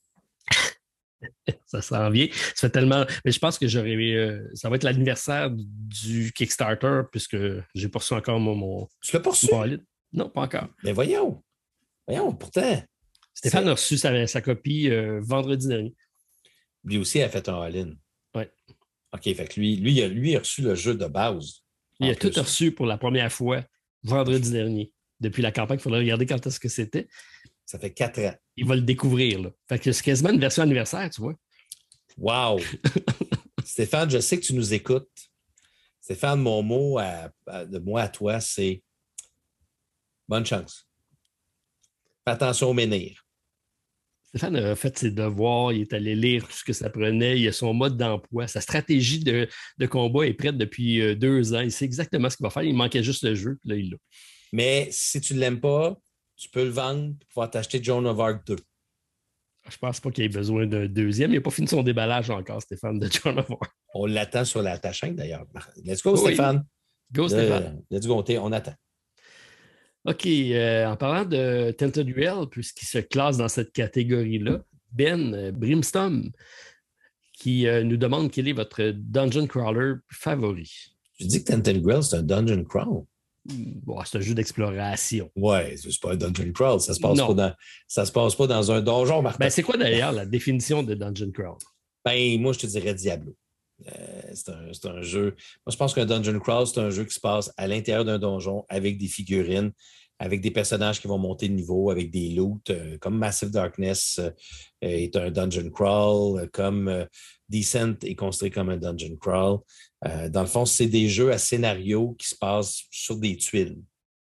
Ça s'en vient. Ça fait tellement. Mais je pense que ça va être l'anniversaire du Kickstarter, puisque j'ai poursuivi encore mon. Tu l'as poursu? Non, pas encore. Mais voyons, pourtant. Stéphane a reçu sa copie vendredi dernier. Lui aussi a fait un all-in. Oui. OK, fait que lui a reçu le jeu de base. Il a tout reçu pour la première fois vendredi dernier. Depuis la campagne, il faudrait regarder quand est-ce que c'était. Ça fait 4 ans. Il va le découvrir. Là. Fait que c'est quasiment une version anniversaire, tu vois. Wow! Stéphane, je sais que tu nous écoutes. Stéphane, mon mot de moi à toi, c'est bonne chance. Fais attention au menhir. Stéphane a fait ses devoirs, il est allé lire tout ce que ça prenait, il a son mode d'emploi, sa stratégie de combat est prête depuis 2 ans. Il sait exactement ce qu'il va faire, il manquait juste le jeu, puis là, il l'a. Mais si tu ne l'aimes pas, tu peux le vendre pour pouvoir t'acheter Joan of Arc 2. Je pense pas qu'il ait besoin d'un deuxième. Il n'a pas fini son déballage encore, Stéphane, de Joan of Arc. On l'attend sur ta chaîne, d'ailleurs. Let's go, Stéphane. Go, Stéphane. Let's go, on attend. OK. En parlant de Tented Grail, puisqu'il se classe dans cette catégorie-là, Ben Brimstone, qui nous demande quel est votre dungeon crawler favori. Tu dis que Tented Grail, c'est un dungeon crawl? Bon, c'est un jeu d'exploration. Ouais, c'est pas un dungeon crawl. Ça se passe pas dans un donjon, Martin. Ben, c'est quoi d'ailleurs la définition de dungeon crawl? Ben, moi, je te dirais Diablo. C'est un jeu. Moi, je pense qu'un dungeon crawl, c'est un jeu qui se passe à l'intérieur d'un donjon avec des figurines, avec des personnages qui vont monter de niveau, avec des loots, comme Massive Darkness est un dungeon crawl, comme Descent est construit comme un dungeon crawl. Dans le fond, c'est des jeux à scénario qui se passent sur des tuiles.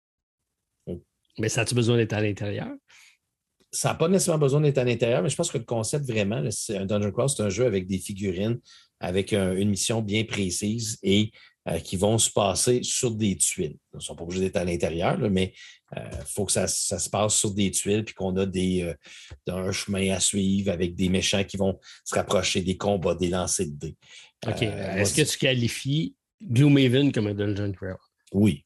Mais ça a-tu besoin d'être à l'intérieur? Ça n'a pas nécessairement besoin d'être à l'intérieur, mais je pense que le concept vraiment, là, c'est un dungeon crawl, c'est un jeu avec des figurines, avec une mission bien précise et qui vont se passer sur des tuiles. Ils ne sont pas obligés d'être à l'intérieur, là, mais il faut que ça se passe sur des tuiles puis qu'on a un chemin à suivre avec des méchants qui vont se rapprocher, des combats, des lancers de dés. OK. Est-ce que tu qualifies Gloomhaven comme un dungeon crawl? Oui.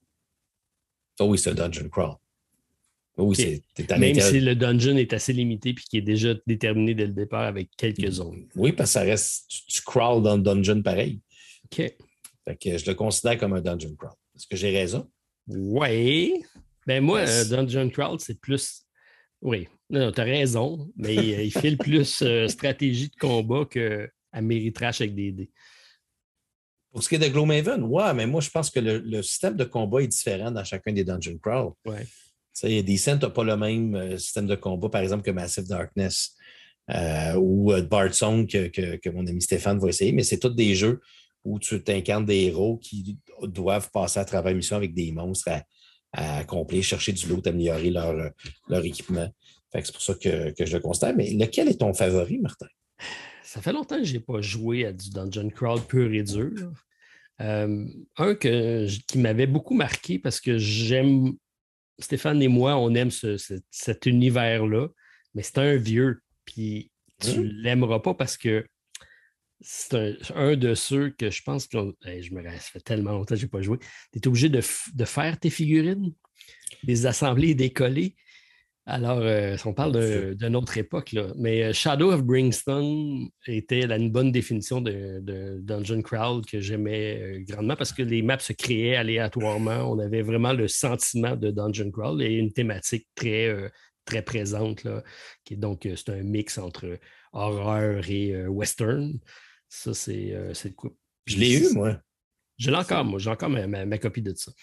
Oh oui, c'est un dungeon crawl. Oui, okay. Même si le dungeon est assez limité et qui est déjà déterminé dès le départ avec quelques zones. Oui, parce que ça reste, tu crawls dans le dungeon pareil. OK. Fait que je le considère comme un dungeon crawl. Est-ce que j'ai raison? Oui. Ben moi, dungeon crawl, c'est plus... Oui, non, tu as raison, mais il file plus stratégie de combat qu'à Méritrash avec des dés. Pour ce qui est de Gloomhaven, ouais, mais moi, je pense que le système de combat est différent dans chacun des dungeon crawl. Ouais. Descent n'a pas le même système de combat, par exemple, que Massive Darkness ou Bard Song que mon ami Stéphane va essayer, mais c'est tous des jeux où tu t'incarnes des héros qui doivent passer à travers une mission avec des monstres à accomplir, chercher du loot, améliorer leur équipement. Fait que c'est pour ça que je le constate. Mais lequel est ton favori, Martin? Ça fait longtemps que je n'ai pas joué à du dungeon crawl pur et dur. Un qui m'avait beaucoup marqué parce que j'aime... Stéphane et moi, on aime cet univers-là, mais c'est un vieux, puis tu ne l'aimeras pas parce que c'est un de ceux que je pense que ça fait tellement longtemps que je n'ai pas joué. Tu es obligé de faire tes figurines, les assembler et décoller. Alors, on parle d'une autre époque, là. Mais Shadow of Brimstone était une bonne définition de Dungeon Crawl que j'aimais grandement parce que les maps se créaient aléatoirement. On avait vraiment le sentiment de Dungeon Crawl et une thématique très, très présente, là, qui est donc c'est un mix entre horreur et western. Ça, c'est le coup. Je l'ai eu, moi. Je l'ai encore, moi. J'ai encore ma copie de ça.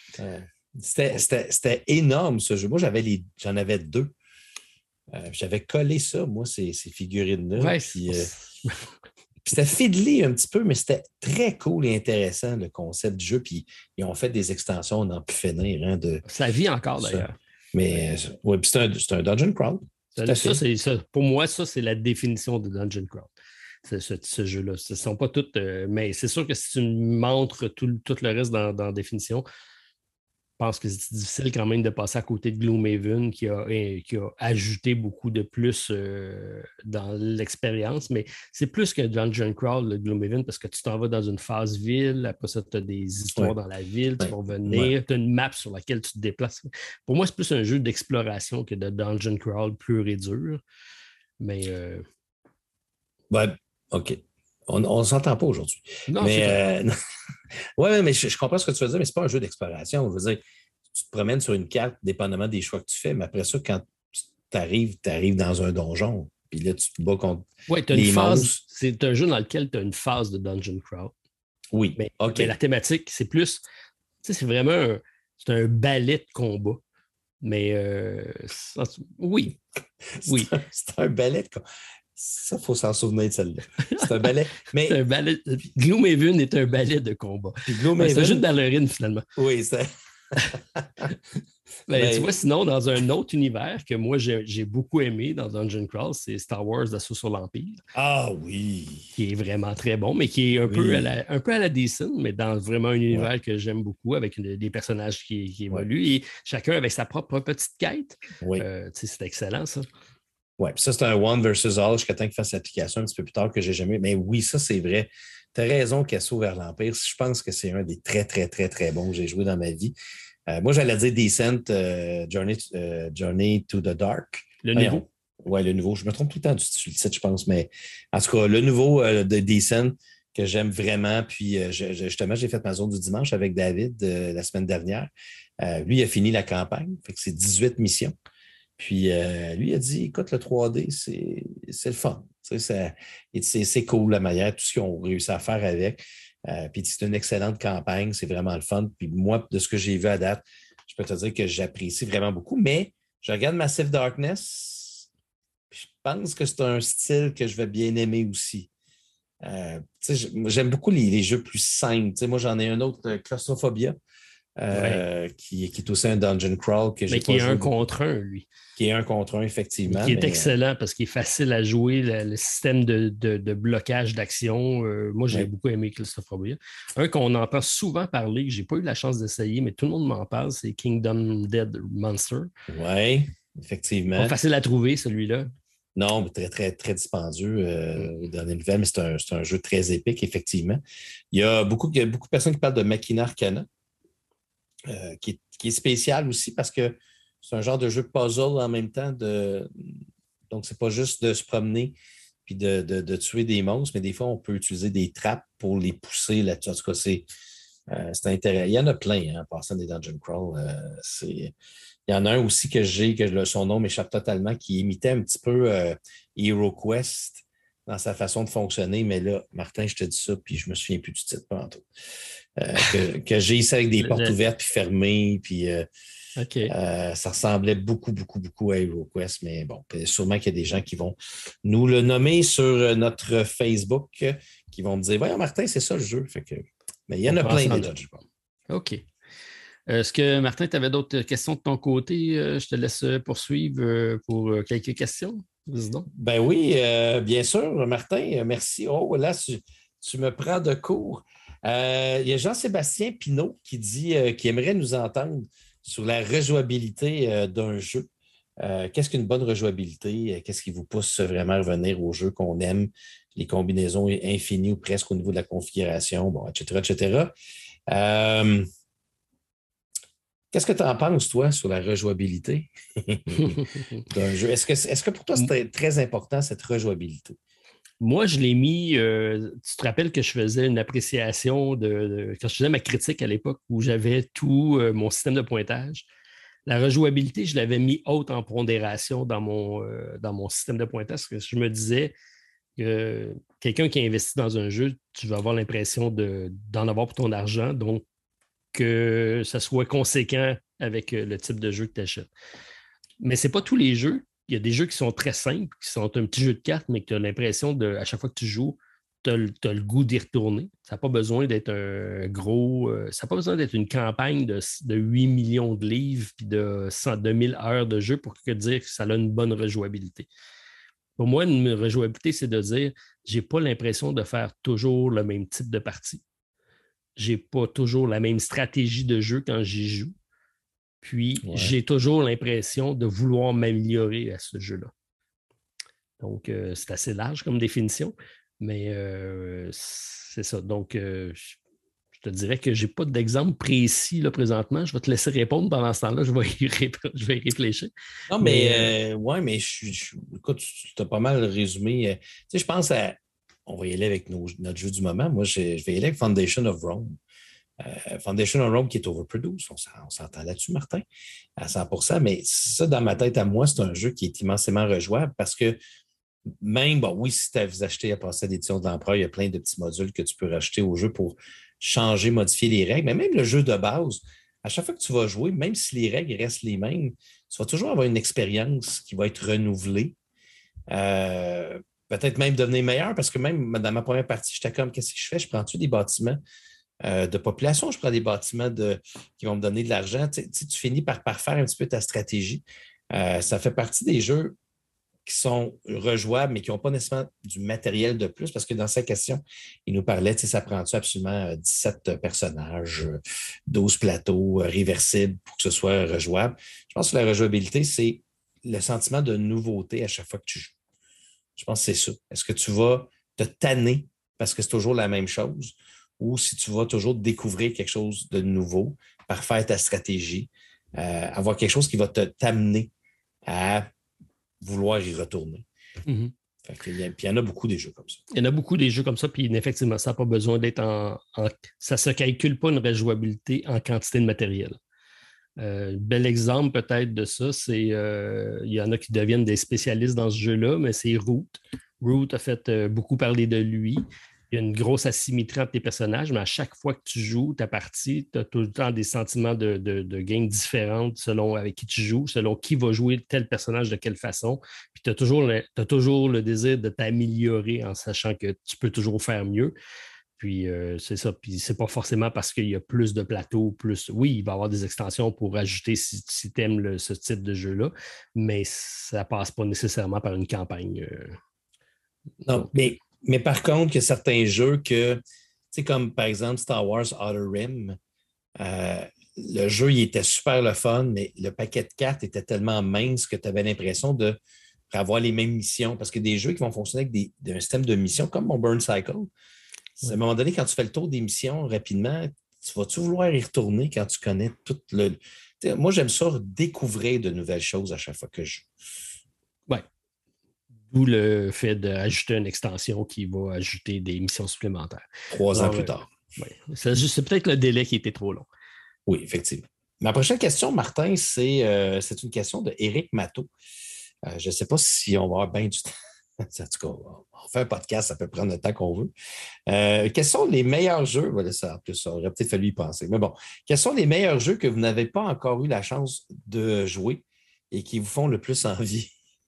C'était énorme, ce jeu. Moi, j'en avais 2. J'avais collé ça, moi, ces figurines-là. Ouais, puis, C'était fiddly un petit peu, mais c'était très cool et intéressant, le concept du jeu. Puis ils ont fait des extensions, on n'en peut finir. Hein, Ça vit encore, ça. d'ailleurs. Mais oui, puis c'est un dungeon crawl. Pour moi, ça, c'est la définition de dungeon crawl. Ce jeu-là. Ce ne sont pas toutes. Mais c'est sûr que si tu montres tout le reste dans la définition, je pense que c'est difficile quand même de passer à côté de Gloomhaven qui a ajouté beaucoup de plus dans l'expérience. Mais c'est plus que Dungeon Crawl, le Gloomhaven, parce que tu t'en vas dans une phase ville, après ça, tu as des histoires dans la ville, tu vas revenir, tu as une map sur laquelle tu te déplaces. Pour moi, c'est plus un jeu d'exploration que de Dungeon Crawl pur et dur. Mais. Ouais, OK. On ne s'entend pas aujourd'hui. Non, mais mais je comprends ce que tu veux dire, mais ce n'est pas un jeu d'exploration. Je veux dire, tu te promènes sur une carte, dépendamment des choix que tu fais, mais après ça, quand tu arrives dans un donjon, puis là, tu te bats contre les monstres. C'est un jeu dans lequel tu as une phase de Dungeon Crawl. Oui, mais OK. La thématique, c'est plus... Tu sais, c'est vraiment c'est un ballet de combat. Mais oui. C'est un ballet de combat. Ça, il faut s'en souvenir de celle-là. C'est un ballet. Mais... c'est un ballet. Gloomhaven est un ballet de combat. C'est un jeu de ballerine, finalement. Oui, c'est. Tu vois, sinon, dans un autre univers que moi, j'ai beaucoup aimé dans Dungeon Crawl, c'est Star Wars d'Assaut sur l'Empire. Ah oui! Qui est vraiment très bon, mais qui est un peu à la Decent, mais dans vraiment un univers que j'aime beaucoup, avec des personnages qui évoluent, et chacun avec sa propre petite quête. Oui. C'est excellent, ça. Oui, puis ça, c'est un one versus all jusqu'à temps qu'il fasse l'application un petit peu plus tard que j'ai jamais. Mais oui, ça, c'est vrai. Tu as raison qu'Assaut vers l'Empire, je pense que c'est un des très, très, très, très bons que j'ai joué dans ma vie. Moi, j'allais dire Descent, Journey to the Dark. Le nouveau? Oui, le nouveau. Je me trompe tout le temps sur le site, je pense. Mais en tout cas, le nouveau de Descent que j'aime vraiment. Puis justement, j'ai fait ma zone du dimanche avec David la semaine dernière. Lui, il a fini la campagne. Fait que c'est 18 missions. Puis lui, il a dit, écoute, le 3D, c'est le fun. C'est cool la manière, tout ce qu'ils ont réussi à faire avec. Puis c'est une excellente campagne, c'est vraiment le fun. Puis moi, de ce que j'ai vu à date, je peux te dire que j'apprécie vraiment beaucoup. Mais je regarde Massive Darkness, puis je pense que c'est un style que je vais bien aimer aussi. J'aime beaucoup les jeux plus simples. Moi, j'en ai un autre, Claustrophobia. Qui est aussi un dungeon crawl que j'ai qui est un contre un, lui. Qui est un contre un, effectivement. Qui est excellent parce qu'il est facile à jouer, le système de blocage d'action. Moi, j'ai beaucoup aimé Claustrophobia. Un qu'on entend souvent parler, que je n'ai pas eu la chance d'essayer, mais tout le monde m'en parle, c'est Kingdom Dead Monster. Oui, effectivement. Pas facile à trouver, celui-là. Non, mais très, très, très dispendieux aux dernières nouvelles, mais c'est un jeu très épique, effectivement. Il y a beaucoup de personnes qui parlent de Machina Arcana. Qui est spécial aussi parce que c'est un genre de jeu puzzle en même temps. Donc, c'est pas juste de se promener puis de tuer des monstres, mais des fois, on peut utiliser des trappes pour les pousser là-dessus. En tout cas, c'est intéressant. Il y en a plein en passant des Dungeon Crawl. Il y en a un aussi que j'ai, son nom m'échappe totalement, qui imitait un petit peu HeroQuest dans sa façon de fonctionner. Mais là, Martin, je te dis ça, puis je me souviens plus du titre pas en tout. Que j'ai ici avec des portes ouvertes puis fermées, puis ça ressemblait beaucoup, beaucoup, beaucoup à HeroQuest, mais bon, sûrement qu'il y a des gens qui vont nous le nommer sur notre Facebook, qui vont me dire, voyons Martin, c'est ça le jeu. Mais il y en a plein déjà. OK. Est-ce que, Martin, tu avais d'autres questions de ton côté? Je te laisse poursuivre pour quelques questions. Dis-donc. Ben oui, bien sûr, Martin, merci. Oh, là, tu me prends de court. Il y a Jean-Sébastien Pinault qui dit qu'il aimerait nous entendre sur la rejouabilité d'un jeu. Qu'est-ce qu'une bonne rejouabilité? Qu'est-ce qui vous pousse vraiment à revenir au jeu qu'on aime? Les combinaisons infinies ou presque au niveau de la configuration, bon, etc., etc. Qu'est-ce que tu en penses, toi, sur la rejouabilité d'un jeu? Est-ce que pour toi, c'est très important, cette rejouabilité? Moi, je l'ai mis, tu te rappelles que je faisais une appréciation quand je faisais ma critique à l'époque où j'avais tout mon système de pointage. La rejouabilité, je l'avais mis haute en pondération dans mon système de pointage parce que je me disais que quelqu'un qui investit dans un jeu, tu vas avoir l'impression d'en avoir pour ton argent, donc que ça soit conséquent avec le type de jeu que tu achètes. Mais ce n'est pas tous les jeux. Il y a des jeux qui sont très simples, qui sont un petit jeu de cartes, mais que tu as l'impression à chaque fois que tu joues, tu as le goût d'y retourner. Ça n'a pas besoin d'être un gros. Ça n'a pas besoin d'être une campagne de 8 millions de livres et de 1000 heures de jeu pour dire que ça a une bonne rejouabilité. Pour moi, une rejouabilité, c'est de dire je n'ai pas l'impression de faire toujours le même type de partie. Je n'ai pas toujours la même stratégie de jeu quand j'y joue. Puis, j'ai toujours l'impression de vouloir m'améliorer à ce jeu-là. Donc, c'est assez large comme définition, mais c'est ça. Donc, je te dirais que je n'ai pas d'exemple précis là, présentement. Je vais te laisser répondre pendant ce temps-là. Je vais y réfléchir. Non, mais écoute, tu as pas mal résumé. Tu sais, je pense on va y aller avec notre jeu du moment. Moi, je vais y aller avec Foundation of Rome. Foundation of Rome qui est overproduced. On s'entend là-dessus, Martin, à 100%. Mais ça, dans ma tête à moi, c'est un jeu qui est immensément rejouable parce que même, bon, oui, si vous achetez à passer d'édition de l'empereur, il y a plein de petits modules que tu peux racheter au jeu pour changer, modifier les règles. Mais même le jeu de base, à chaque fois que tu vas jouer, même si les règles restent les mêmes, tu vas toujours avoir une expérience qui va être renouvelée. Peut-être même devenir meilleure parce que même dans ma première partie, j'étais comme, qu'est-ce que je fais? Je prends-tu des bâtiments de population? Je prends des bâtiments qui vont me donner de l'argent. Tu finis par parfaire un petit peu ta stratégie. Ça fait partie des jeux qui sont rejouables, mais qui n'ont pas nécessairement du matériel de plus, parce que dans sa question, il nous parlait, ça prend-tu absolument 17 personnages, 12 plateaux réversibles pour que ce soit rejouable. Je pense que la rejouabilité, c'est le sentiment de nouveauté à chaque fois que tu joues. Je pense que c'est ça. Est-ce que tu vas te tanner parce que c'est toujours la même chose, ou si tu vas toujours découvrir quelque chose de nouveau, parfaire ta stratégie, avoir quelque chose qui va t'amener à vouloir y retourner. Mm-hmm. Puis il y en a beaucoup des jeux comme ça. Il y en a beaucoup des jeux comme ça, puis effectivement, ça n'a pas besoin d'être ça ne se calcule pas une rejouabilité en quantité de matériel. Bel exemple peut-être de ça, c'est il y en a qui deviennent des spécialistes dans ce jeu-là, mais c'est Root. Root a fait beaucoup parler de lui. Il y a une grosse asymétrie entre tes personnages, mais à chaque fois que tu joues ta partie, tu as tout le temps des sentiments de game différents selon avec qui tu joues, selon qui va jouer tel personnage de quelle façon. Puis tu as toujours le désir de t'améliorer en sachant que tu peux toujours faire mieux. Puis c'est ça. Puis c'est pas forcément parce qu'il y a plus de plateaux, plus. Oui, il va y avoir des extensions pour ajouter si tu aimes ce type de jeu-là, mais ça passe pas nécessairement par une campagne. Non, mais par contre, il y a certains jeux que, tu sais, comme par exemple Star Wars Outer Rim, le jeu, il était super le fun, mais le paquet de cartes était tellement mince que tu avais l'impression d'avoir les mêmes missions. Parce que des jeux qui vont fonctionner avec un système de missions, comme mon Burn Cycle, à un moment donné, quand tu fais le tour des missions rapidement, tu vas-tu vouloir y retourner quand tu connais tout le. T'sais, moi, j'aime ça découvrir de nouvelles choses à chaque fois que je joue. Oui. D'où le fait d'ajouter une extension qui va ajouter des missions supplémentaires. 3 ans plus tard. Ouais. C'est peut-être le délai qui était trop long. Oui, effectivement. Ma prochaine question, Martin, c'est une question de Éric Matteau. Je ne sais pas si on va avoir bien du temps. En tout cas, on fait un podcast, ça peut prendre le temps qu'on veut. Quels sont les meilleurs jeux? Voilà, ça, en plus, ça aurait peut-être fallu y penser. Mais bon, quels sont les meilleurs jeux que vous n'avez pas encore eu la chance de jouer et qui vous font le plus envie?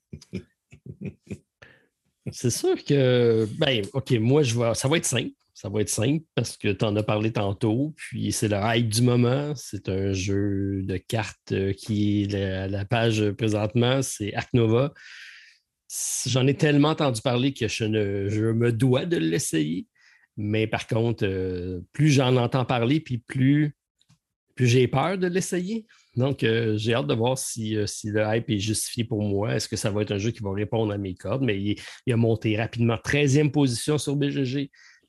C'est sûr que, OK, moi, ça va être simple. Ça va être simple parce que tu en as parlé tantôt, puis c'est le hype du moment. C'est un jeu de cartes qui est la page présentement, c'est Ark Nova. J'en ai tellement entendu parler que je me dois de l'essayer. Mais par contre, plus j'en entends parler, puis plus j'ai peur de l'essayer. Donc, j'ai hâte de voir si le hype est justifié pour moi. Est-ce que ça va être un jeu qui va répondre à mes codes? Mais il a monté rapidement 13e position sur BGG,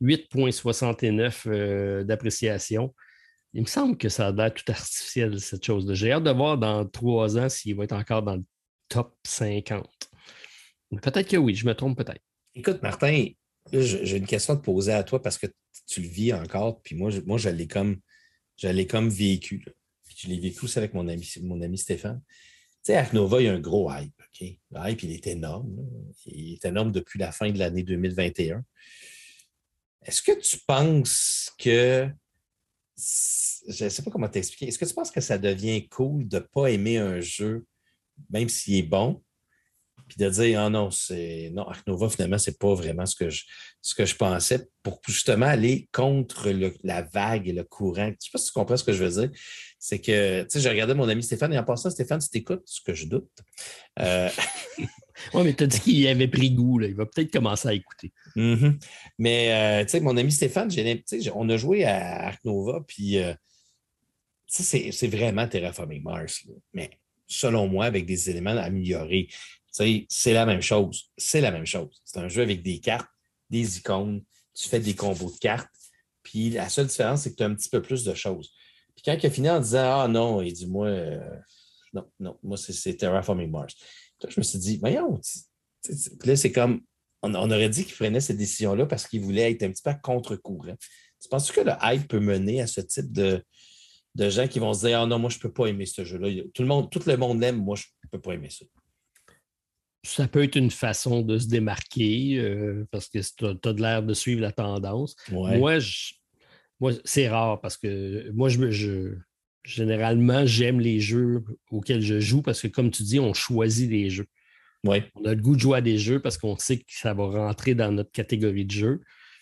8,69 d'appréciation. Il me semble que ça a l'air tout artificiel, cette chose-là. J'ai hâte de voir dans 3 ans s'il va être encore dans le top 50. Peut-être que oui, je me trompe peut-être. Écoute, Martin, là, j'ai une question à te poser à toi parce que tu le vis encore, puis moi je l'ai comme vécu. Là. Je l'ai vécu aussi avec mon ami Stéphane. Tu sais, Ark Nova, il y a un gros hype. Okay? Le hype, il est énorme. Là. Il est énorme depuis la fin de l'année 2021. Est-ce que tu penses que... Je ne sais pas comment t'expliquer. Est-ce que tu penses que ça devient cool de ne pas aimer un jeu, même s'il est bon, Puis de dire, ah non, Ark Nova, finalement, c'est pas vraiment ce que je pensais pour justement aller contre la vague et le courant. Je ne sais pas si tu comprends ce que je veux dire. C'est que, tu sais, j'ai regardé mon ami Stéphane et en passant, Stéphane, si tu écoutes, ce que je doute. Oui, mais tu as dit qu'il avait pris goût. Là. Il va peut-être commencer à écouter. Mm-hmm. Mais, tu sais, mon ami Stéphane, on a joué à Ark Nova, puis, c'est vraiment Terraforming Mars. Là. Mais selon moi, avec des éléments améliorés. C'est la même chose. C'est la même chose. C'est un jeu avec des cartes, des icônes, tu fais des combos de cartes, puis la seule différence, c'est que tu as un petit peu plus de choses. Puis quand il a fini en disant ah non, il dit moi, non, moi, c'est Terraforming Mars. Là, je me suis dit, voyons, là, c'est comme, on aurait dit qu'il prenait cette décision-là parce qu'il voulait être un petit peu à contre-courant. Tu penses que le hype peut mener à ce type de gens qui vont se dire ah non, moi, je ne peux pas aimer ce jeu-là. Tout le monde l'aime, moi, je ne peux pas aimer ça. Ça peut être une façon de se démarquer parce que tu as de l'air de suivre la tendance. Ouais. Moi, c'est rare parce que moi, généralement, j'aime les jeux auxquels je joue parce que, comme tu dis, on choisit des jeux. Ouais. On a le goût de jouer à des jeux parce qu'on sait que ça va rentrer dans notre catégorie de jeu.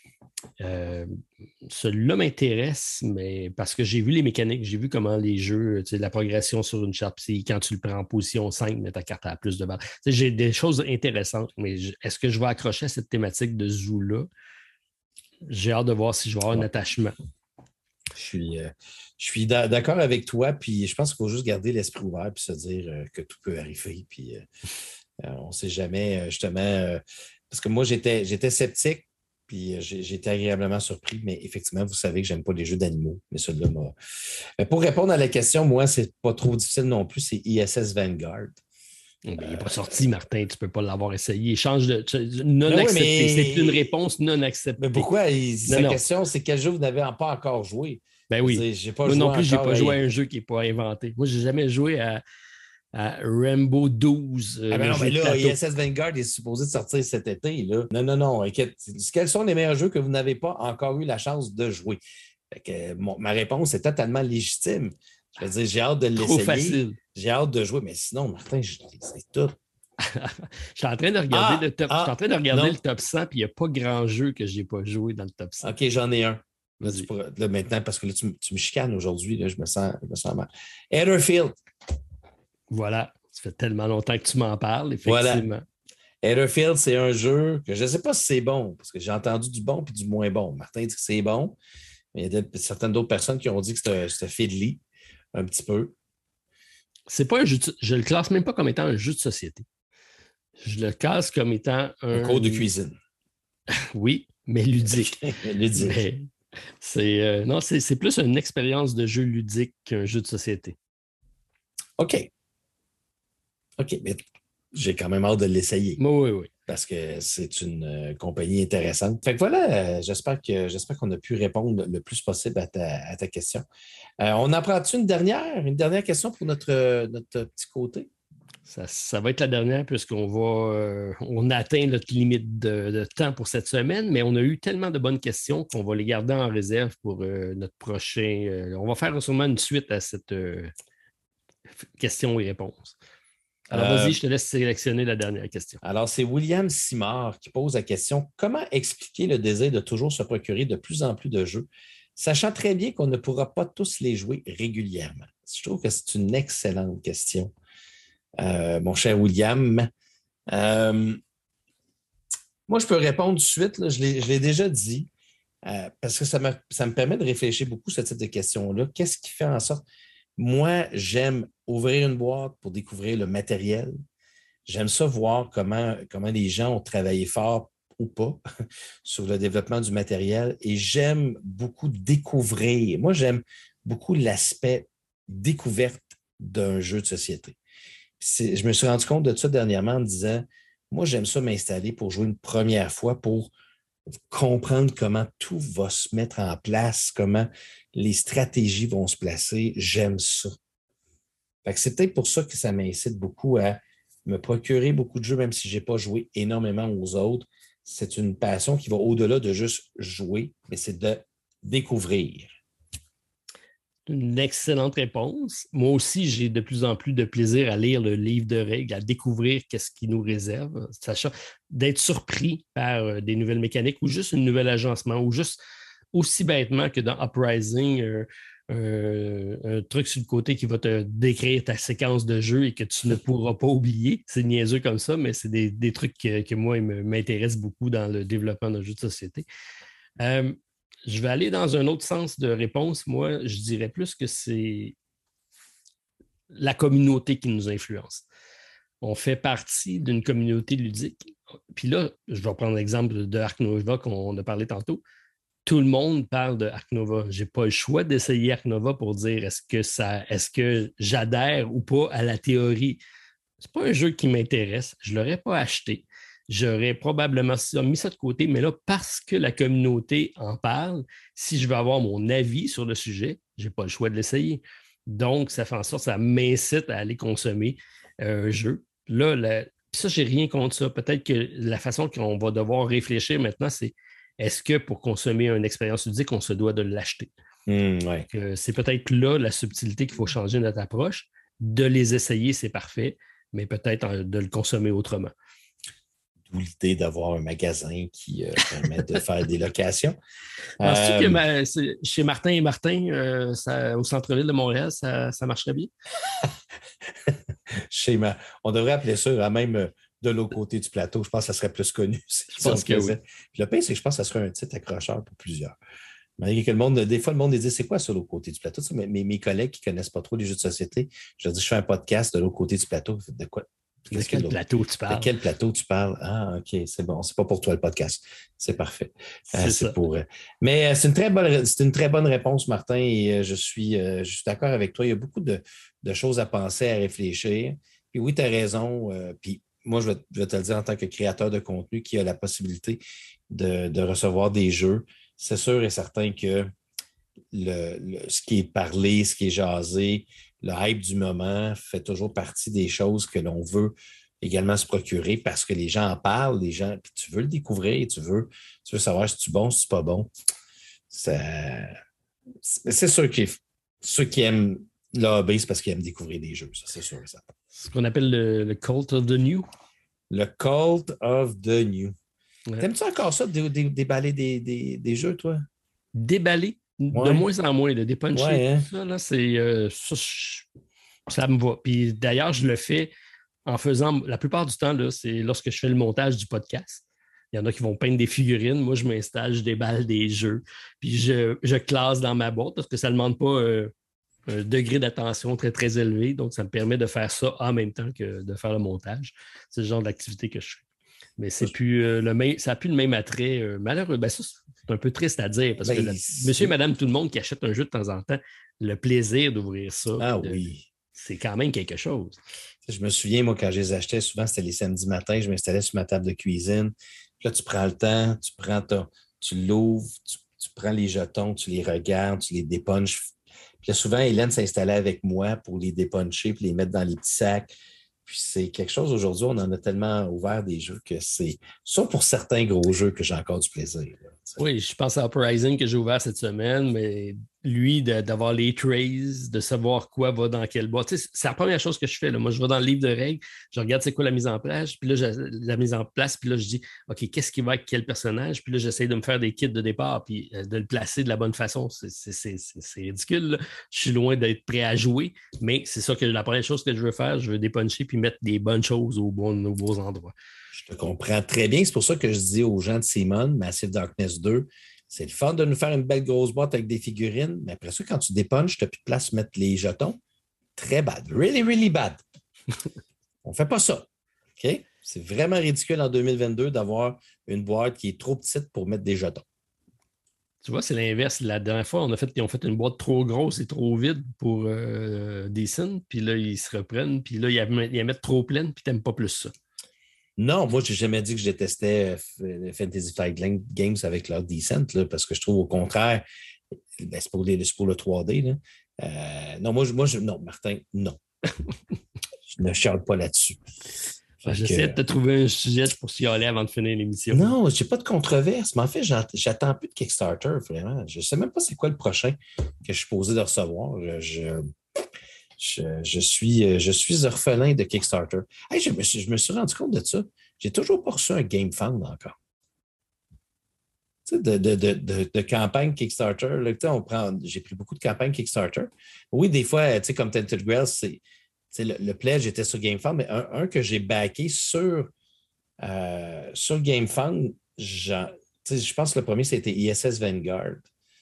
Celui-là m'intéresse, mais parce que j'ai vu les mécaniques, j'ai vu comment les jeux, la progression sur une charte, quand tu le prends en position 5, mais ta carte a plus de balles. J'ai des choses intéressantes, mais est-ce que je vais accrocher à cette thématique de zoo-là? J'ai hâte de voir si je vais avoir un attachement. Je suis d'accord avec toi, puis je pense qu'il faut juste garder l'esprit ouvert puis se dire que tout peut arriver, puis on ne sait jamais, justement, parce que moi, j'étais sceptique, puis j'ai été agréablement surpris, mais effectivement, vous savez que je n'aime pas les jeux d'animaux, mais celui-là m'a... Mais pour répondre à la question, moi, c'est pas trop difficile non plus, c'est ISS Vanguard. Il n'est pas sorti, Martin, tu ne peux pas l'avoir essayé. Il change de non accepté. C'est une réponse non acceptée. Mais pourquoi? Sa question, c'est quel jeu vous n'avez pas encore joué? Ben oui. Moi non plus, je n'ai pas joué à un jeu qui n'est pas inventé. Moi, je n'ai jamais joué à Rainbow 12. Ben non, mais là, ISS Vanguard est supposé de sortir cet été. Là. Non. Quels sont les meilleurs jeux que vous n'avez pas encore eu la chance de jouer? Ma réponse est totalement légitime. Je veux dire, j'ai hâte de l'essayer. Trop facile. J'ai hâte de jouer, mais sinon, Martin, c'est tout. Je suis en train de regarder le top 100, puis il n'y a pas grand jeu que je n'ai pas joué dans le top 100. OK, j'en ai un. Là, maintenant, parce que là, tu me chicanes aujourd'hui, là, je me sens mal. Etherfield. Voilà. Ça fait tellement longtemps que tu m'en parles, effectivement. Voilà. Etherfield, c'est un jeu que je ne sais pas si c'est bon, parce que j'ai entendu du bon et du moins bon. Martin dit que c'est bon, mais il y a certaines d'autres personnes qui ont dit que c'était fiddly, un petit peu. C'est pas un jeu je le classe même pas comme étant un jeu de société. Je le classe comme étant un cours de cuisine. Oui, mais ludique. Ludique. Mais c'est plus une expérience de jeu ludique qu'un jeu de société. OK, mais j'ai quand même hâte de l'essayer. Oui. Parce que c'est une compagnie intéressante. Fait que voilà, j'espère qu'on a pu répondre le plus possible à ta question. On en prend-tu une dernière question pour notre petit côté? Ça va être la dernière puisqu'on a atteint notre limite de temps pour cette semaine, mais on a eu tellement de bonnes questions qu'on va les garder en réserve pour notre prochain. On va faire sûrement une suite à cette question et réponse. Alors, vas-y, je te laisse sélectionner la dernière question. Alors, c'est William Simard qui pose la question « Comment expliquer le désir de toujours se procurer de plus en plus de jeux, sachant très bien qu'on ne pourra pas tous les jouer régulièrement? » Je trouve que c'est une excellente question, mon cher William. Moi, je peux répondre tout de suite. Là, je l'ai déjà dit, parce que ça me permet de réfléchir beaucoup à ce type de questions-là. Qu'est-ce qui fait en sorte... Moi, j'aime ouvrir une boîte pour découvrir le matériel. J'aime ça voir comment les gens ont travaillé fort ou pas sur le développement du matériel et j'aime beaucoup découvrir. Moi, j'aime beaucoup l'aspect découverte d'un jeu de société. Je me suis rendu compte de ça dernièrement en me disant, moi, j'aime ça m'installer pour jouer une première fois, pour comprendre comment tout va se mettre en place, comment les stratégies vont se placer. J'aime ça. Fait que c'est peut-être pour ça que ça m'incite beaucoup à me procurer beaucoup de jeux, même si je n'ai pas joué énormément aux autres. C'est une passion qui va au-delà de juste jouer, mais c'est de découvrir. Une excellente réponse. Moi aussi, j'ai de plus en plus de plaisir à lire le livre de règles, à découvrir qu'est-ce qui nous réserve, sachant d'être surpris par des nouvelles mécaniques ou juste un nouvel agencement ou juste aussi bêtement que dans Uprising, un truc sur le côté qui va te décrire ta séquence de jeu et que tu ne pourras pas oublier. C'est niaiseux comme ça, mais c'est des trucs que moi, m'intéressent beaucoup dans le développement d'un jeu de société. Je vais aller dans un autre sens de réponse. Moi, je dirais plus que c'est la communauté qui nous influence. On fait partie d'une communauté ludique. Puis là, je vais prendre l'exemple de Ark Nova qu'on a parlé tantôt. Tout le monde parle de Ark Nova. Je n'ai pas le choix d'essayer Ark Nova pour dire est-ce que j'adhère ou pas à la théorie. Ce n'est pas un jeu qui m'intéresse. Je ne l'aurais pas acheté. J'aurais probablement mis ça de côté, mais là, parce que la communauté en parle, si je veux avoir mon avis sur le sujet, je n'ai pas le choix de l'essayer. Donc, ça fait en sorte que ça m'incite à aller consommer un jeu. Là, ça, je n'ai rien contre ça. Peut-être que la façon qu'on va devoir réfléchir maintenant, c'est est-ce que pour consommer une expérience ludique, on se doit de l'acheter? Ouais. C'est peut-être là la subtilité qu'il faut changer notre approche. De les essayer, c'est parfait, mais peut-être de le consommer autrement. D'où l'idée d'avoir un magasin qui permet de faire des locations. Penses-tu que chez Martin et Martin, au centre-ville de Montréal, ça marcherait bien? On devrait appeler ça même de l'autre côté du plateau. Je pense que ça serait plus connu. Je pense que oui. Puis le pire, c'est que je pense que ça serait un titre accrocheur pour plusieurs. Malgré que des fois, le monde dit c'est quoi ça, l'autre côté du plateau? Mes collègues qui ne connaissent pas trop les jeux de société, je leur dis je fais un podcast de l'autre côté du plateau. De quoi? De quel plateau tu parles? De quel plateau tu parles? Ah, OK, c'est bon. C'est pas pour toi le podcast. C'est parfait. C'est pour. Mais c'est une très bonne réponse, Martin, et je suis d'accord avec toi. Il y a beaucoup de choses à penser, à réfléchir. Puis oui, tu as raison. Puis moi, je vais te le dire en tant que créateur de contenu qui a la possibilité de recevoir des jeux. C'est sûr et certain que ce qui est parlé, ce qui est jasé, le hype du moment fait toujours partie des choses que l'on veut également se procurer parce que les gens en parlent, puis tu veux le découvrir, tu veux savoir si c'est bon, si c'est pas bon. C'est sûr que ceux qui aiment le hobby, c'est parce qu'ils aiment découvrir des jeux, ça, c'est sûr et certain. Ce qu'on appelle le cult of the new. Le cult of the new. Ouais. T'aimes-tu encore ça, déballer des jeux, toi? Déballer? Ouais. De moins en moins, de dépuncher. Ouais, hein? Ça, là, ça me va. Puis d'ailleurs, je le fais en faisant, la plupart du temps, là, c'est lorsque je fais le montage du podcast. Il y en a qui vont peindre des figurines. Moi, je m'installe, je déballe des jeux. Puis je classe dans ma boîte parce que ça ne demande pas un degré d'attention très, très élevé. Donc, ça me permet de faire ça en même temps que de faire le montage. C'est le genre d'activité que je fais. Mais c'est plus ça n'a plus le même attrait. Malheureux, ça, c'est un peu triste à dire parce que monsieur et madame, tout le monde qui achète un jeu de temps en temps, le plaisir d'ouvrir ça, oui, c'est quand même quelque chose. Je me souviens, moi, quand je les achetais, souvent, c'était les samedis matins, je m'installais sur ma table de cuisine. Puis là, tu prends le temps, tu l'ouvres, tu prends les jetons, tu les regardes, tu les dépunches. Puis là, souvent, Hélène s'installait avec moi pour les dépuncher puis les mettre dans les petits sacs. Puis c'est quelque chose, aujourd'hui, on en a tellement ouvert des jeux que c'est ça pour certains gros jeux que j'ai encore du plaisir. Là, oui, je pense à Uprising que j'ai ouvert cette semaine, mais lui, d'avoir les trays, de savoir quoi va dans quelle boîte. C'est la première chose que je fais. Là. Moi, je vais dans le livre de règles, je regarde c'est quoi la mise en place, puis là, je dis, OK, qu'est-ce qui va avec quel personnage? Puis là, j'essaie de me faire des kits de départ, puis de le placer de la bonne façon. C'est ridicule. Là. Je suis loin d'être prêt à jouer, mais c'est ça que la première chose que je veux faire, je veux dépuncher puis mettre des bonnes choses aux beaux endroits. Je te comprends très bien. C'est pour ça que je dis aux gens de Simon, Massive Darkness 2, c'est le fun de nous faire une belle grosse boîte avec des figurines, mais après ça, quand tu dépunches, tu n'as plus de place pour mettre les jetons. Très bad. Really, really bad. On ne fait pas ça. OK? C'est vraiment ridicule en 2022 d'avoir une boîte qui est trop petite pour mettre des jetons. Tu vois, c'est l'inverse. La dernière fois, ils ont fait une boîte trop grosse et trop vide pour des signes, puis là, ils se reprennent, puis là, ils la mettent trop pleine, puis tu n'aimes pas plus ça. Non, moi, je n'ai jamais dit que je détestais Fantasy Flight Games avec leur Descent, là, parce que je trouve au contraire, c'est pour le 3D. Là. Non, non, Martin, non. Je ne chiale pas là-dessus. J'essaie de te trouver un sujet pour s'y aller avant de finir l'émission. Non, je n'ai pas de controverse, mais en fait, j'attends plus de Kickstarter, vraiment. Je ne sais même pas c'est quoi le prochain que je suis posé de recevoir. Je suis orphelin de Kickstarter. Hey, je me suis rendu compte de ça. J'ai toujours pas reçu un GameFound encore. Tu sais, de campagne Kickstarter. Là, j'ai pris beaucoup de campagnes Kickstarter. Oui, des fois, tu sais, comme Tented Grail, le pledge était sur GameFound, mais un que j'ai backé sur GameFound, je pense que le premier, c'était ISS Vanguard.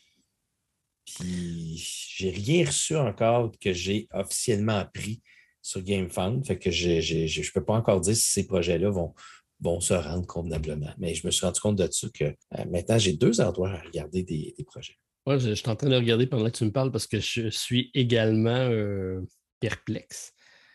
Puis, j'ai rien reçu encore que j'ai officiellement pris sur GameFound. Fait que je ne peux pas encore dire si ces projets-là vont se rendre convenablement. Mais je me suis rendu compte de ça que maintenant, j'ai 2 endroits à regarder des projets. Ouais, je suis en train de regarder pendant que tu me parles parce que je suis également perplexe.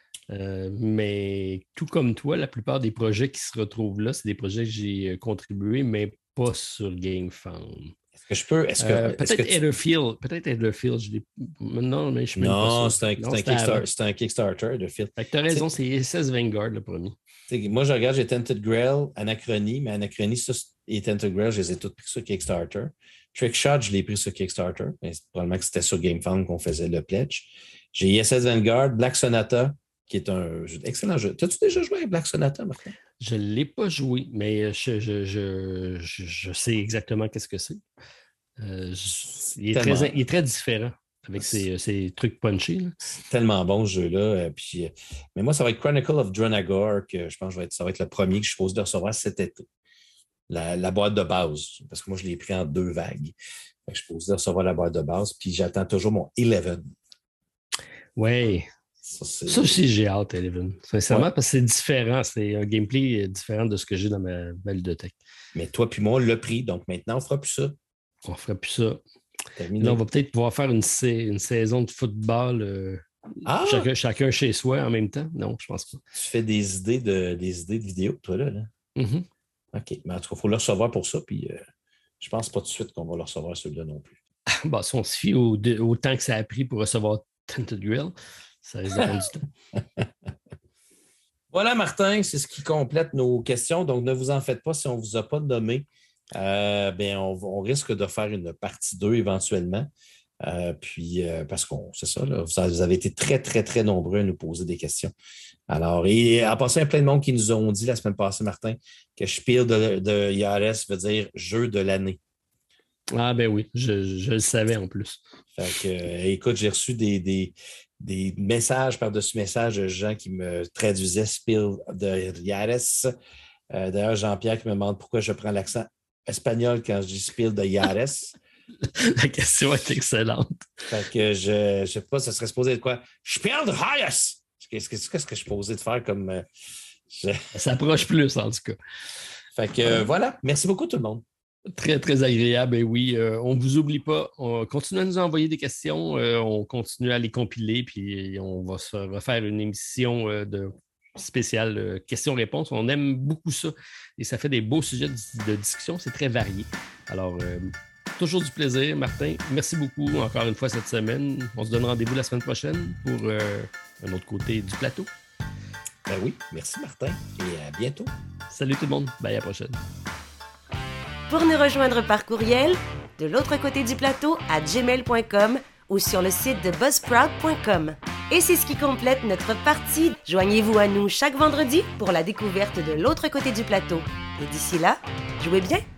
Mais tout comme toi, la plupart des projets qui se retrouvent là, c'est des projets que j'ai contribué, mais pas sur GameFound. Est-ce que je peux? Peut-être Etherfield. Peut-être Etherfield. Non, mais je suis même pas sûr. C'est un Kickstarter, Etherfield. Tu as raison, c'est ISS Vanguard le premier. Moi, je regarde, j'ai Tented Grail, Anachronie, mais Anachronie et Tented Grail, je les ai tous pris sur Kickstarter. Trickshot, je l'ai pris sur Kickstarter, mais probablement que c'était sur GameFound qu'on faisait le pledge. J'ai ISS Vanguard, Black Sonata, qui est un excellent jeu. T'as-tu déjà joué avec Black Sonata, Martin? Je ne l'ai pas joué, mais je sais exactement qu'est-ce que c'est. Il est très différent avec ses trucs punchés. Là. C'est tellement bon ce jeu-là. Mais moi, ça va être Chronicle of Dronagor, que je pense que ça va être le premier que je suis supposé de recevoir cet été. La boîte de base, parce que moi, je l'ai pris en 2 vagues. Je suis supposé de recevoir la boîte de base, puis j'attends toujours mon 11. Oui. Ça aussi, j'ai hâte, Eleven. Sincèrement, parce que c'est différent. C'est un gameplay différent de ce que j'ai dans ma bibliothèque. Mais toi puis moi, on l'a pris. Donc maintenant, on ne fera plus ça. On ne fera plus ça. Là, on va peut-être pouvoir faire une saison de football chacun chez soi en même temps. Non, je pense pas. Tu fais des idées de vidéos, toi, là? Mm-hmm. OK. Mais en tout cas, il faut le recevoir pour ça. Puis je pense pas tout de suite qu'on va le recevoir celui-là non plus. Bon, si on se fie au temps que ça a pris pour recevoir Tented Grail, ça risque de prendre du temps. Voilà, Martin, c'est ce qui complète nos questions. Donc, ne vous en faites pas si on ne vous a pas nommé. On risque de faire une partie 2 éventuellement. Parce qu'on, c'est ça, là, vous avez été très, très, très nombreux à nous poser des questions. Alors, et en passant, il y a plein de monde qui nous ont dit la semaine passée, Martin, que Spiel de IRS veut dire jeu de l'année. Ah ben oui, je le savais en plus. Fait que, écoute, j'ai reçu des messages par-dessus messages de gens qui me traduisaient Spiel de IRS. D'ailleurs, Jean-Pierre qui me demande pourquoi je prends l'accent espagnol quand je dis Spiel de IRS. La question est excellente. Fait que je ne sais pas, ça serait supposé être quoi? Spiel de IRS! Qu'est-ce que je suis supposé de faire comme... Ça s'approche plus, en tout cas. Fait que voilà. Merci beaucoup tout le monde. Très, très agréable. Et oui, on ne vous oublie pas. On continue à nous envoyer des questions. On continue à les compiler. Puis on va se refaire une émission spéciale questions-réponses. On aime beaucoup ça. Et ça fait des beaux sujets de discussion. C'est très varié. Alors, toujours du plaisir, Martin. Merci beaucoup encore une fois cette semaine. On se donne rendez-vous la semaine prochaine pour un autre côté du plateau. Ben oui, merci Martin. Et à bientôt. Salut tout le monde. Bye, à la prochaine. Pour nous rejoindre par courriel, de l'autre côté du plateau à gmail.com ou sur le site de buzzsprout.com. Et c'est ce qui complète notre partie. Joignez-vous à nous chaque vendredi pour la découverte de l'autre côté du plateau. Et d'ici là, jouez bien!